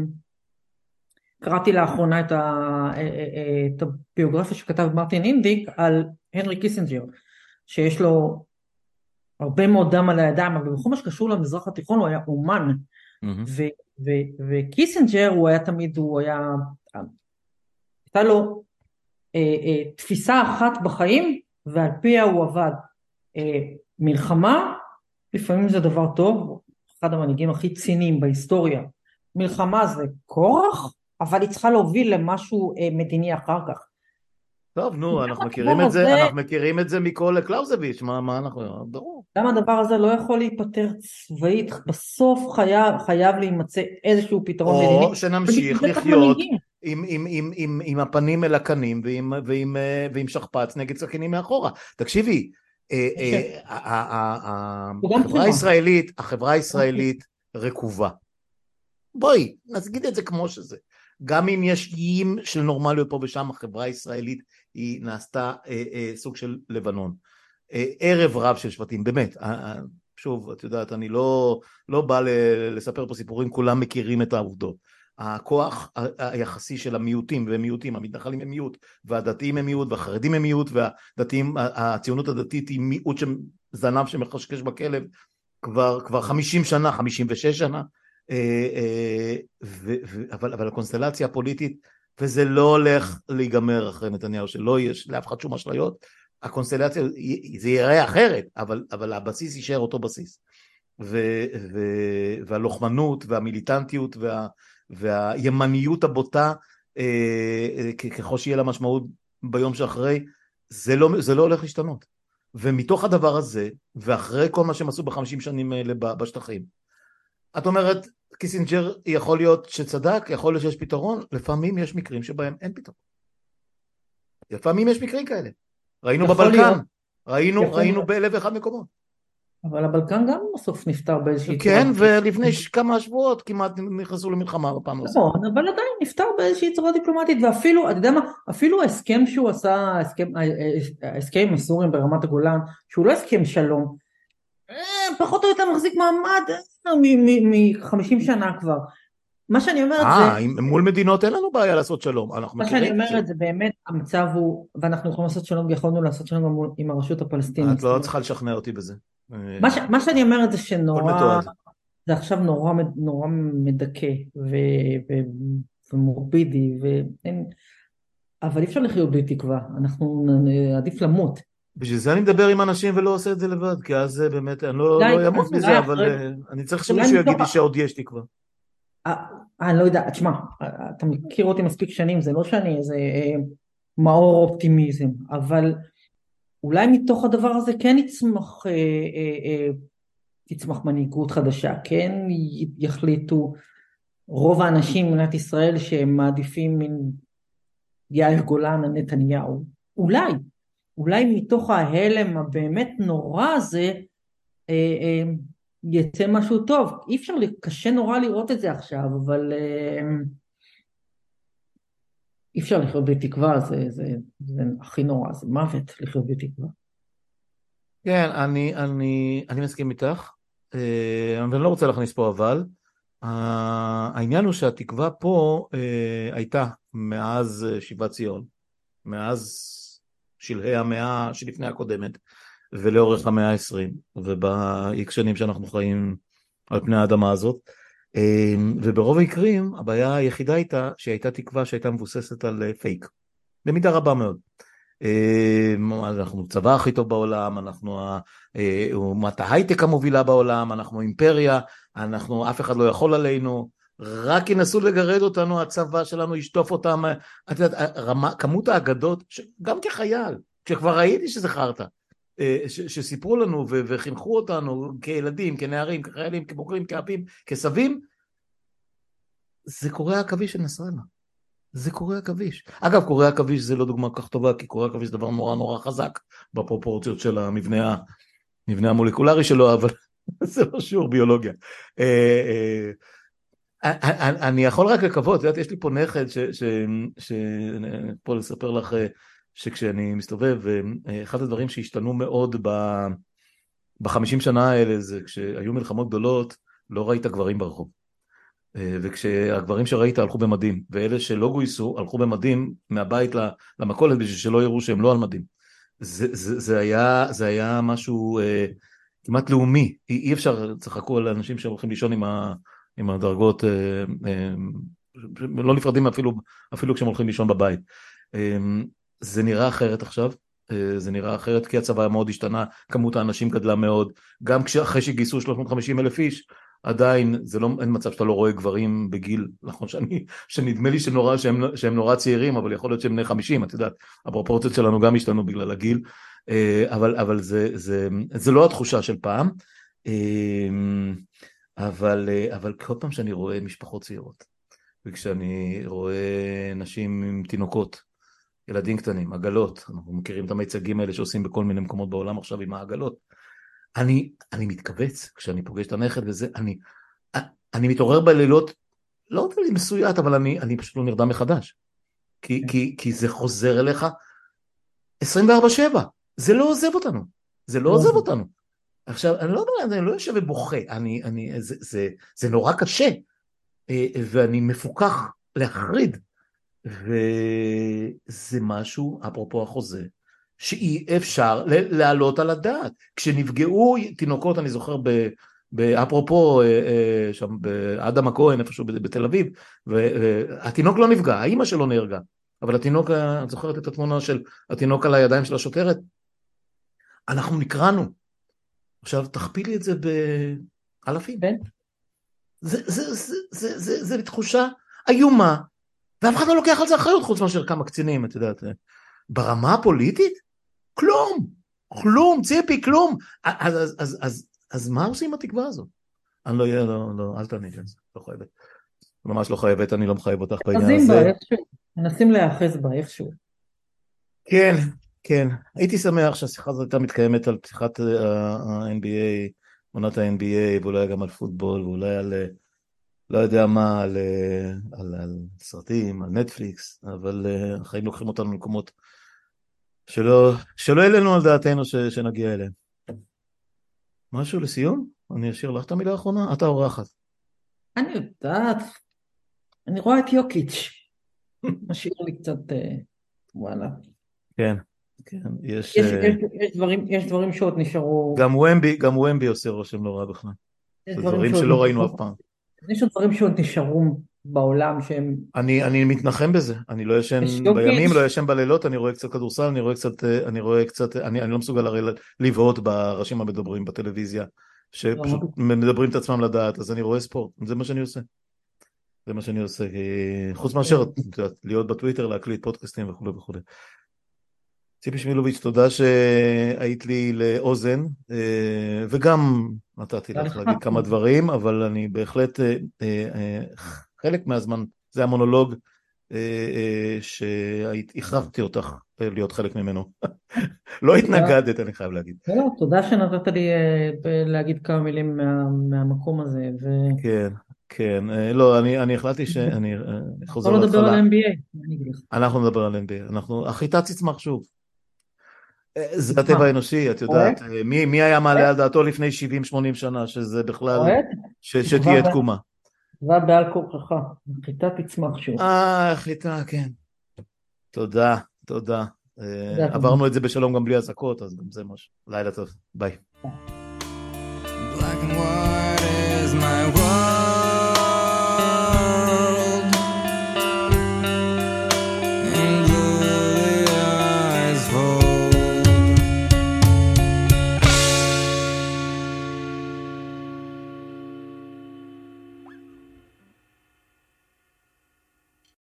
קראתי לאחרונה את הביוגרפיה שכתב מרטין אינדיק על הנרי קיסינג'ר, שיש לו הרבה מאוד דם על הידיים, אבל בכל מה שקשור למזרח התיכון הוא היה אומן, מהמם. ו, ו, וקיסינג'ר הוא היה תמיד, הייתה לו תפיסה אחת בחיים, ועל פיה הוא עבד. מלחמה, לפעמים זה דבר טוב, אחד המנהיגים הכי ציניים בהיסטוריה. מלחמה זה כורח, אבל היא צריכה להוביל למשהו מדיני אחר כך. טוב, נו, גם הדבר הזה, אנחנו מכירים את זה מכל קלאוזביץ', מה אנחנו, ברור. גם הדבר הזה לא יכול להיפטר צבאית, בסוף חייב להימצא איזשהו פתרון או מדיני, ובשביל שנמשיך זה צריך לחיות מנהיגים. עם הפנים אל הקנים ועם שכפ"ץ נגד סכינים מאחורה. תקשיבי, הוא גם בחירה. החברה הישראלית רקובה. בואי, נגיד את זה כמו שזה. גם אם יש איים של נורמליות פה ושם, החברה הישראלית היא נעשתה סוג של לבנון. ערב רב של שבטים, באמת. שוב, את יודעת, אני לא בא לספר פה סיפורים, כולם מכירים את העובדות. הכוח היחסי של המיעוטים ומיעוטים, המתנחלים הם מיעוט, והדתיים הם מיעוט, והחרדים הם מיעוט, והדתיים, הציונות הדתית היא מיעוט זנב שמחשקש בכלב כבר 50 שנה, 56 שנה, אבל הקונסטלציה הפוליטית, וזה לא הולך להיגמר אחרי נתניהו, שלא יש לאף אחד שום אשליות, הקונסטלציה זה יראה אחרת, אבל הבסיס יישאר אותו בסיס, והלוחמנות והמיליטנטיות והימניות הבוטה, ככל שיהיה לה משמעות ביום שאחרי, זה לא הולך להשתנות. ומתוך הדבר הזה, ואחרי כל מה שהם עשו ב50 שנים האלה בשטחים, את אומרת, קיסינג'ר יכול להיות שצדק, יכול להיות שיש פתרון, לפעמים יש מקרים שבהם אין פתרון. לפעמים יש מקרים כאלה. ראינו בבלקן, ראינו באלף ואחד מקומות. אבל הבלקן גם בסוף נפטר באיזושהי צורה. כן, ולפני כמה שבועות כמעט נכנסו למלחמה בפעם נוספת. נכון, אבל עדיין נפטר באיזושהי צורה דיפלומטית, ואפילו, אתה יודע מה, אפילו ההסכם שהוא עשה, ההסכם עם הסורים ברמת הגולן, שהוא לא הסכם שלום, פחות או יותר מחזיק מעמד מ-50 שנה כבר. מה שאני אומרת זה... מול מדינות אין לנו בעיה לעשות שלום, מה שאני אומרת זה באמת, המצב הוא, ואנחנו יכולים לעשות שלום, ויכולנו לעשות שלום גם עם הרשות הפלסטינית. את לא צריכה לשכנע אותי בזה. מה שאני אומרת זה שנורא, מתועד. זה עכשיו נורא מדכא ומורבידי, אבל אי אפשר לחיות בלי תקווה, אנחנו עדיף למות. בשביל זה אני מדבר עם אנשים ולא עושה את זה לבד, כי אז באמת אני לא אעמוד בזה, אבל אני צריך שמישהו יגיד לי שעוד יש תקווה. אני לא יודע, תשמע, אתה מכיר אותי מספיק שנים, זה לא שאני איזה מאור אופטימיזם, אבל אולי מתוך הדבר הזה כן תצמח מנהיגות חדשה, כן יחליטו רוב האנשים במדינת ישראל שהם מעדיפים מן יאיר גולן על נתניהו, אולי מתוך ההלם הבאמת נורא הזה יצא משהו טוב. אי אפשר, קשה נורא לראות את זה עכשיו, אבל אי אפשר לחיות בתקווה, זה הכי נורא, זה מוות לחיות בתקווה. כן, אני מסכים איתך, אבל אני לא רוצה להכניס פה אבל. העניין הוא שהתקווה פה הייתה מאז שיבת ציון, מאז שלהי המאה שלפני הקודמת, ולאורך המאה ה-20, ובאיקס שנים שאנחנו חיים על פני האדמה הזאת, וברוב המקרים הבעיה היחידה הייתה שהייתה תקווה שהייתה מבוססת על פייק, במידה רבה מאוד. אנחנו צבא הכי טוב בעולם, אנחנו אומת ההייטק המובילה בעולם, אנחנו אימפריה, אף אחד לא יכול עלינו, רק ינסו לגרד אותנו, הצבא שלנו ישטוף אותם. את יודעת, כמות האגדות, גם כחייל, כשכבר ראיתי שזה חרטה, שסיפרו לנו וחינכו אותנו כילדים, כנערים, כחיילים, כבוגרים, כאפים, כסבים, זה קורי העכביש של נסראללה. זה קורי עכביש. אגב, קורי עכביש זה לא דוגמה כך טובה, כי קורי עכביש זה דבר נורא נורא חזק בפרופורציות של המבנה המולקולרי שלו, אבל זה לא שיעור ביולוגיה. אני יכול רק לקוות, את יודעת, יש לי פה נכד פה לספר לך שכשאני מסתובב, אחד הדברים שהשתנו מאוד ב50 שנה האלה זה כשהיו מלחמות גדולות, לא ראית גברים ברחוב. וכשהגברים שראית הלכו במדים, ואלה שלא גויסו הלכו במדים מהבית למכולת בשביל שלא יראו שהם לא על מדים. זה היה משהו כמעט לאומי, אי אפשר, צחקו על אנשים שהולכים לישון עם הדרגות, לא נפרדים אפילו כשהם הולכים לישון בבית. זה נראה אחרת עכשיו, זה נראה אחרת כי הצבא מאוד השתנה, כמות האנשים גדלה מאוד, גם אחרי שגייסו 350,000 איש, עדיין אין מצב שאתה לא רואה גברים בגיל, נכון שנדמה לי שהם נורא צעירים, אבל יכול להיות שהם בני 50, את יודעת, הפרופורציות שלנו גם השתנו בגלל הגיל, אבל זה לא התחושה של פעם, אבל כל פעם שאני רואה משפחות צעירות, וכשאני רואה נשים עם תינוקות, ילדים קטנים, עגלות, אנחנו מכירים את המיצגים האלה שעושים בכל מיני מקומות בעולם עכשיו עם העגלות, אני מתכווץ כשאני פוגש את הנכד וזה, אני מתעורר בלילות, לא יודע לי מסויית, אבל אני פשוט לא נרדם מחדש, כי זה חוזר אליך 24/7, זה לא עוזב אותנו, זה לא עוזב אותנו. עכשיו, אני לא יושב ובוכה, זה נורא קשה, ואני מפוקח להחריד, וזה משהו, אפרופו החוזה, שאי אפשר לעלות על הדעת. כשנפגעו תינוקות, אני זוכר אפרופו שם באדם הכהן, איפשהו בתל אביב, והתינוק לא נפגע, האמא שלו נהרגה, אבל התינוק, את זוכרת את התמונה של התינוק על הידיים של השוטרת? אנחנו נקראנו. עכשיו תכפילי את זה באלפים. זה תחושה איומה, ואף אחד לא לוקח על זה אחריות, חוץ מאשר כמה קצינים, את יודעת. ברמה הפוליטית? כלום, ציפי, כלום. אז מה עושים עם התקווה הזאת? אני לא, אל תעני את זה, לא חייבת. ממש לא חייבת, אני לא מחייב אותך בעניין הזה. מנסים להיאחז בה, איכשהו. כן. הייתי שמח שהשיחה הזאת הייתה מתקיימת על פתיחת ה-NBA, עונת ה-NBA, ואולי גם על פוטבול, ואולי על, לא יודע מה, על סרטים, על נטפליקס, אבל החיים לוקחים אותנו למקומות שלא אלינו על דעתנו שנגיע אליהם. משהו לסיום? אני אשאיר לך את המילה האחרונה, אתה אורחת. אני יודעת, אני רואה את יוקיץ', משאיר לי קצת, וואלה. כן. יש דברים שעוד נשארו. גם ומבי עושה רושם לא רע בכלל. זה דברים שלא ראינו אף פעם. יש עוד דברים שעוד נשארו בעולם שהם... אני מתנחם בזה, אני לא ישן בימים, לא ישן בלילות, אני רואה קצת כדורסל, אני לא מסוגל הרי לבהות בראשים המדברים בטלוויזיה, שפשוט מדברים את עצמם לדעת, אז אני רואה ספורט, זה מה שאני עושה. זה מה שאני עושה, חוץ מאשר להיות בטוויטר, להקליט פודקאסטים וכו' וכו'. ציפי שמילוביץ', תודה שהיית לי לאוזן, וגם נתתי לך להגיד כמה דברים, אבל אני בהחלט, חלק מהזמן, זה המונולוג שהכרחתי אותך להיות חלק ממנו. לא התנגדת, אני חייב להגיד. לא, תודה שנתת לי להגיד כמה מילים מהמקום הזה. כן, לא, אני החלטתי שאני חוזר להתחלה. לדבר על NBA. אנחנו נדבר על NBA, החיטה תצמח שוב. זה הטבע האנושי, את יודעת, מי היה מעלה על דעתו לפני 70-80 שנה, שזה בכלל, שתהיה תקומה. תקווה בעל כורחך, חיטה תצמח שוב. חיטה, כן. תודה. עברנו את זה בשלום גם בלי עסקות, אז גם זה משהו. לילה טוב, ביי.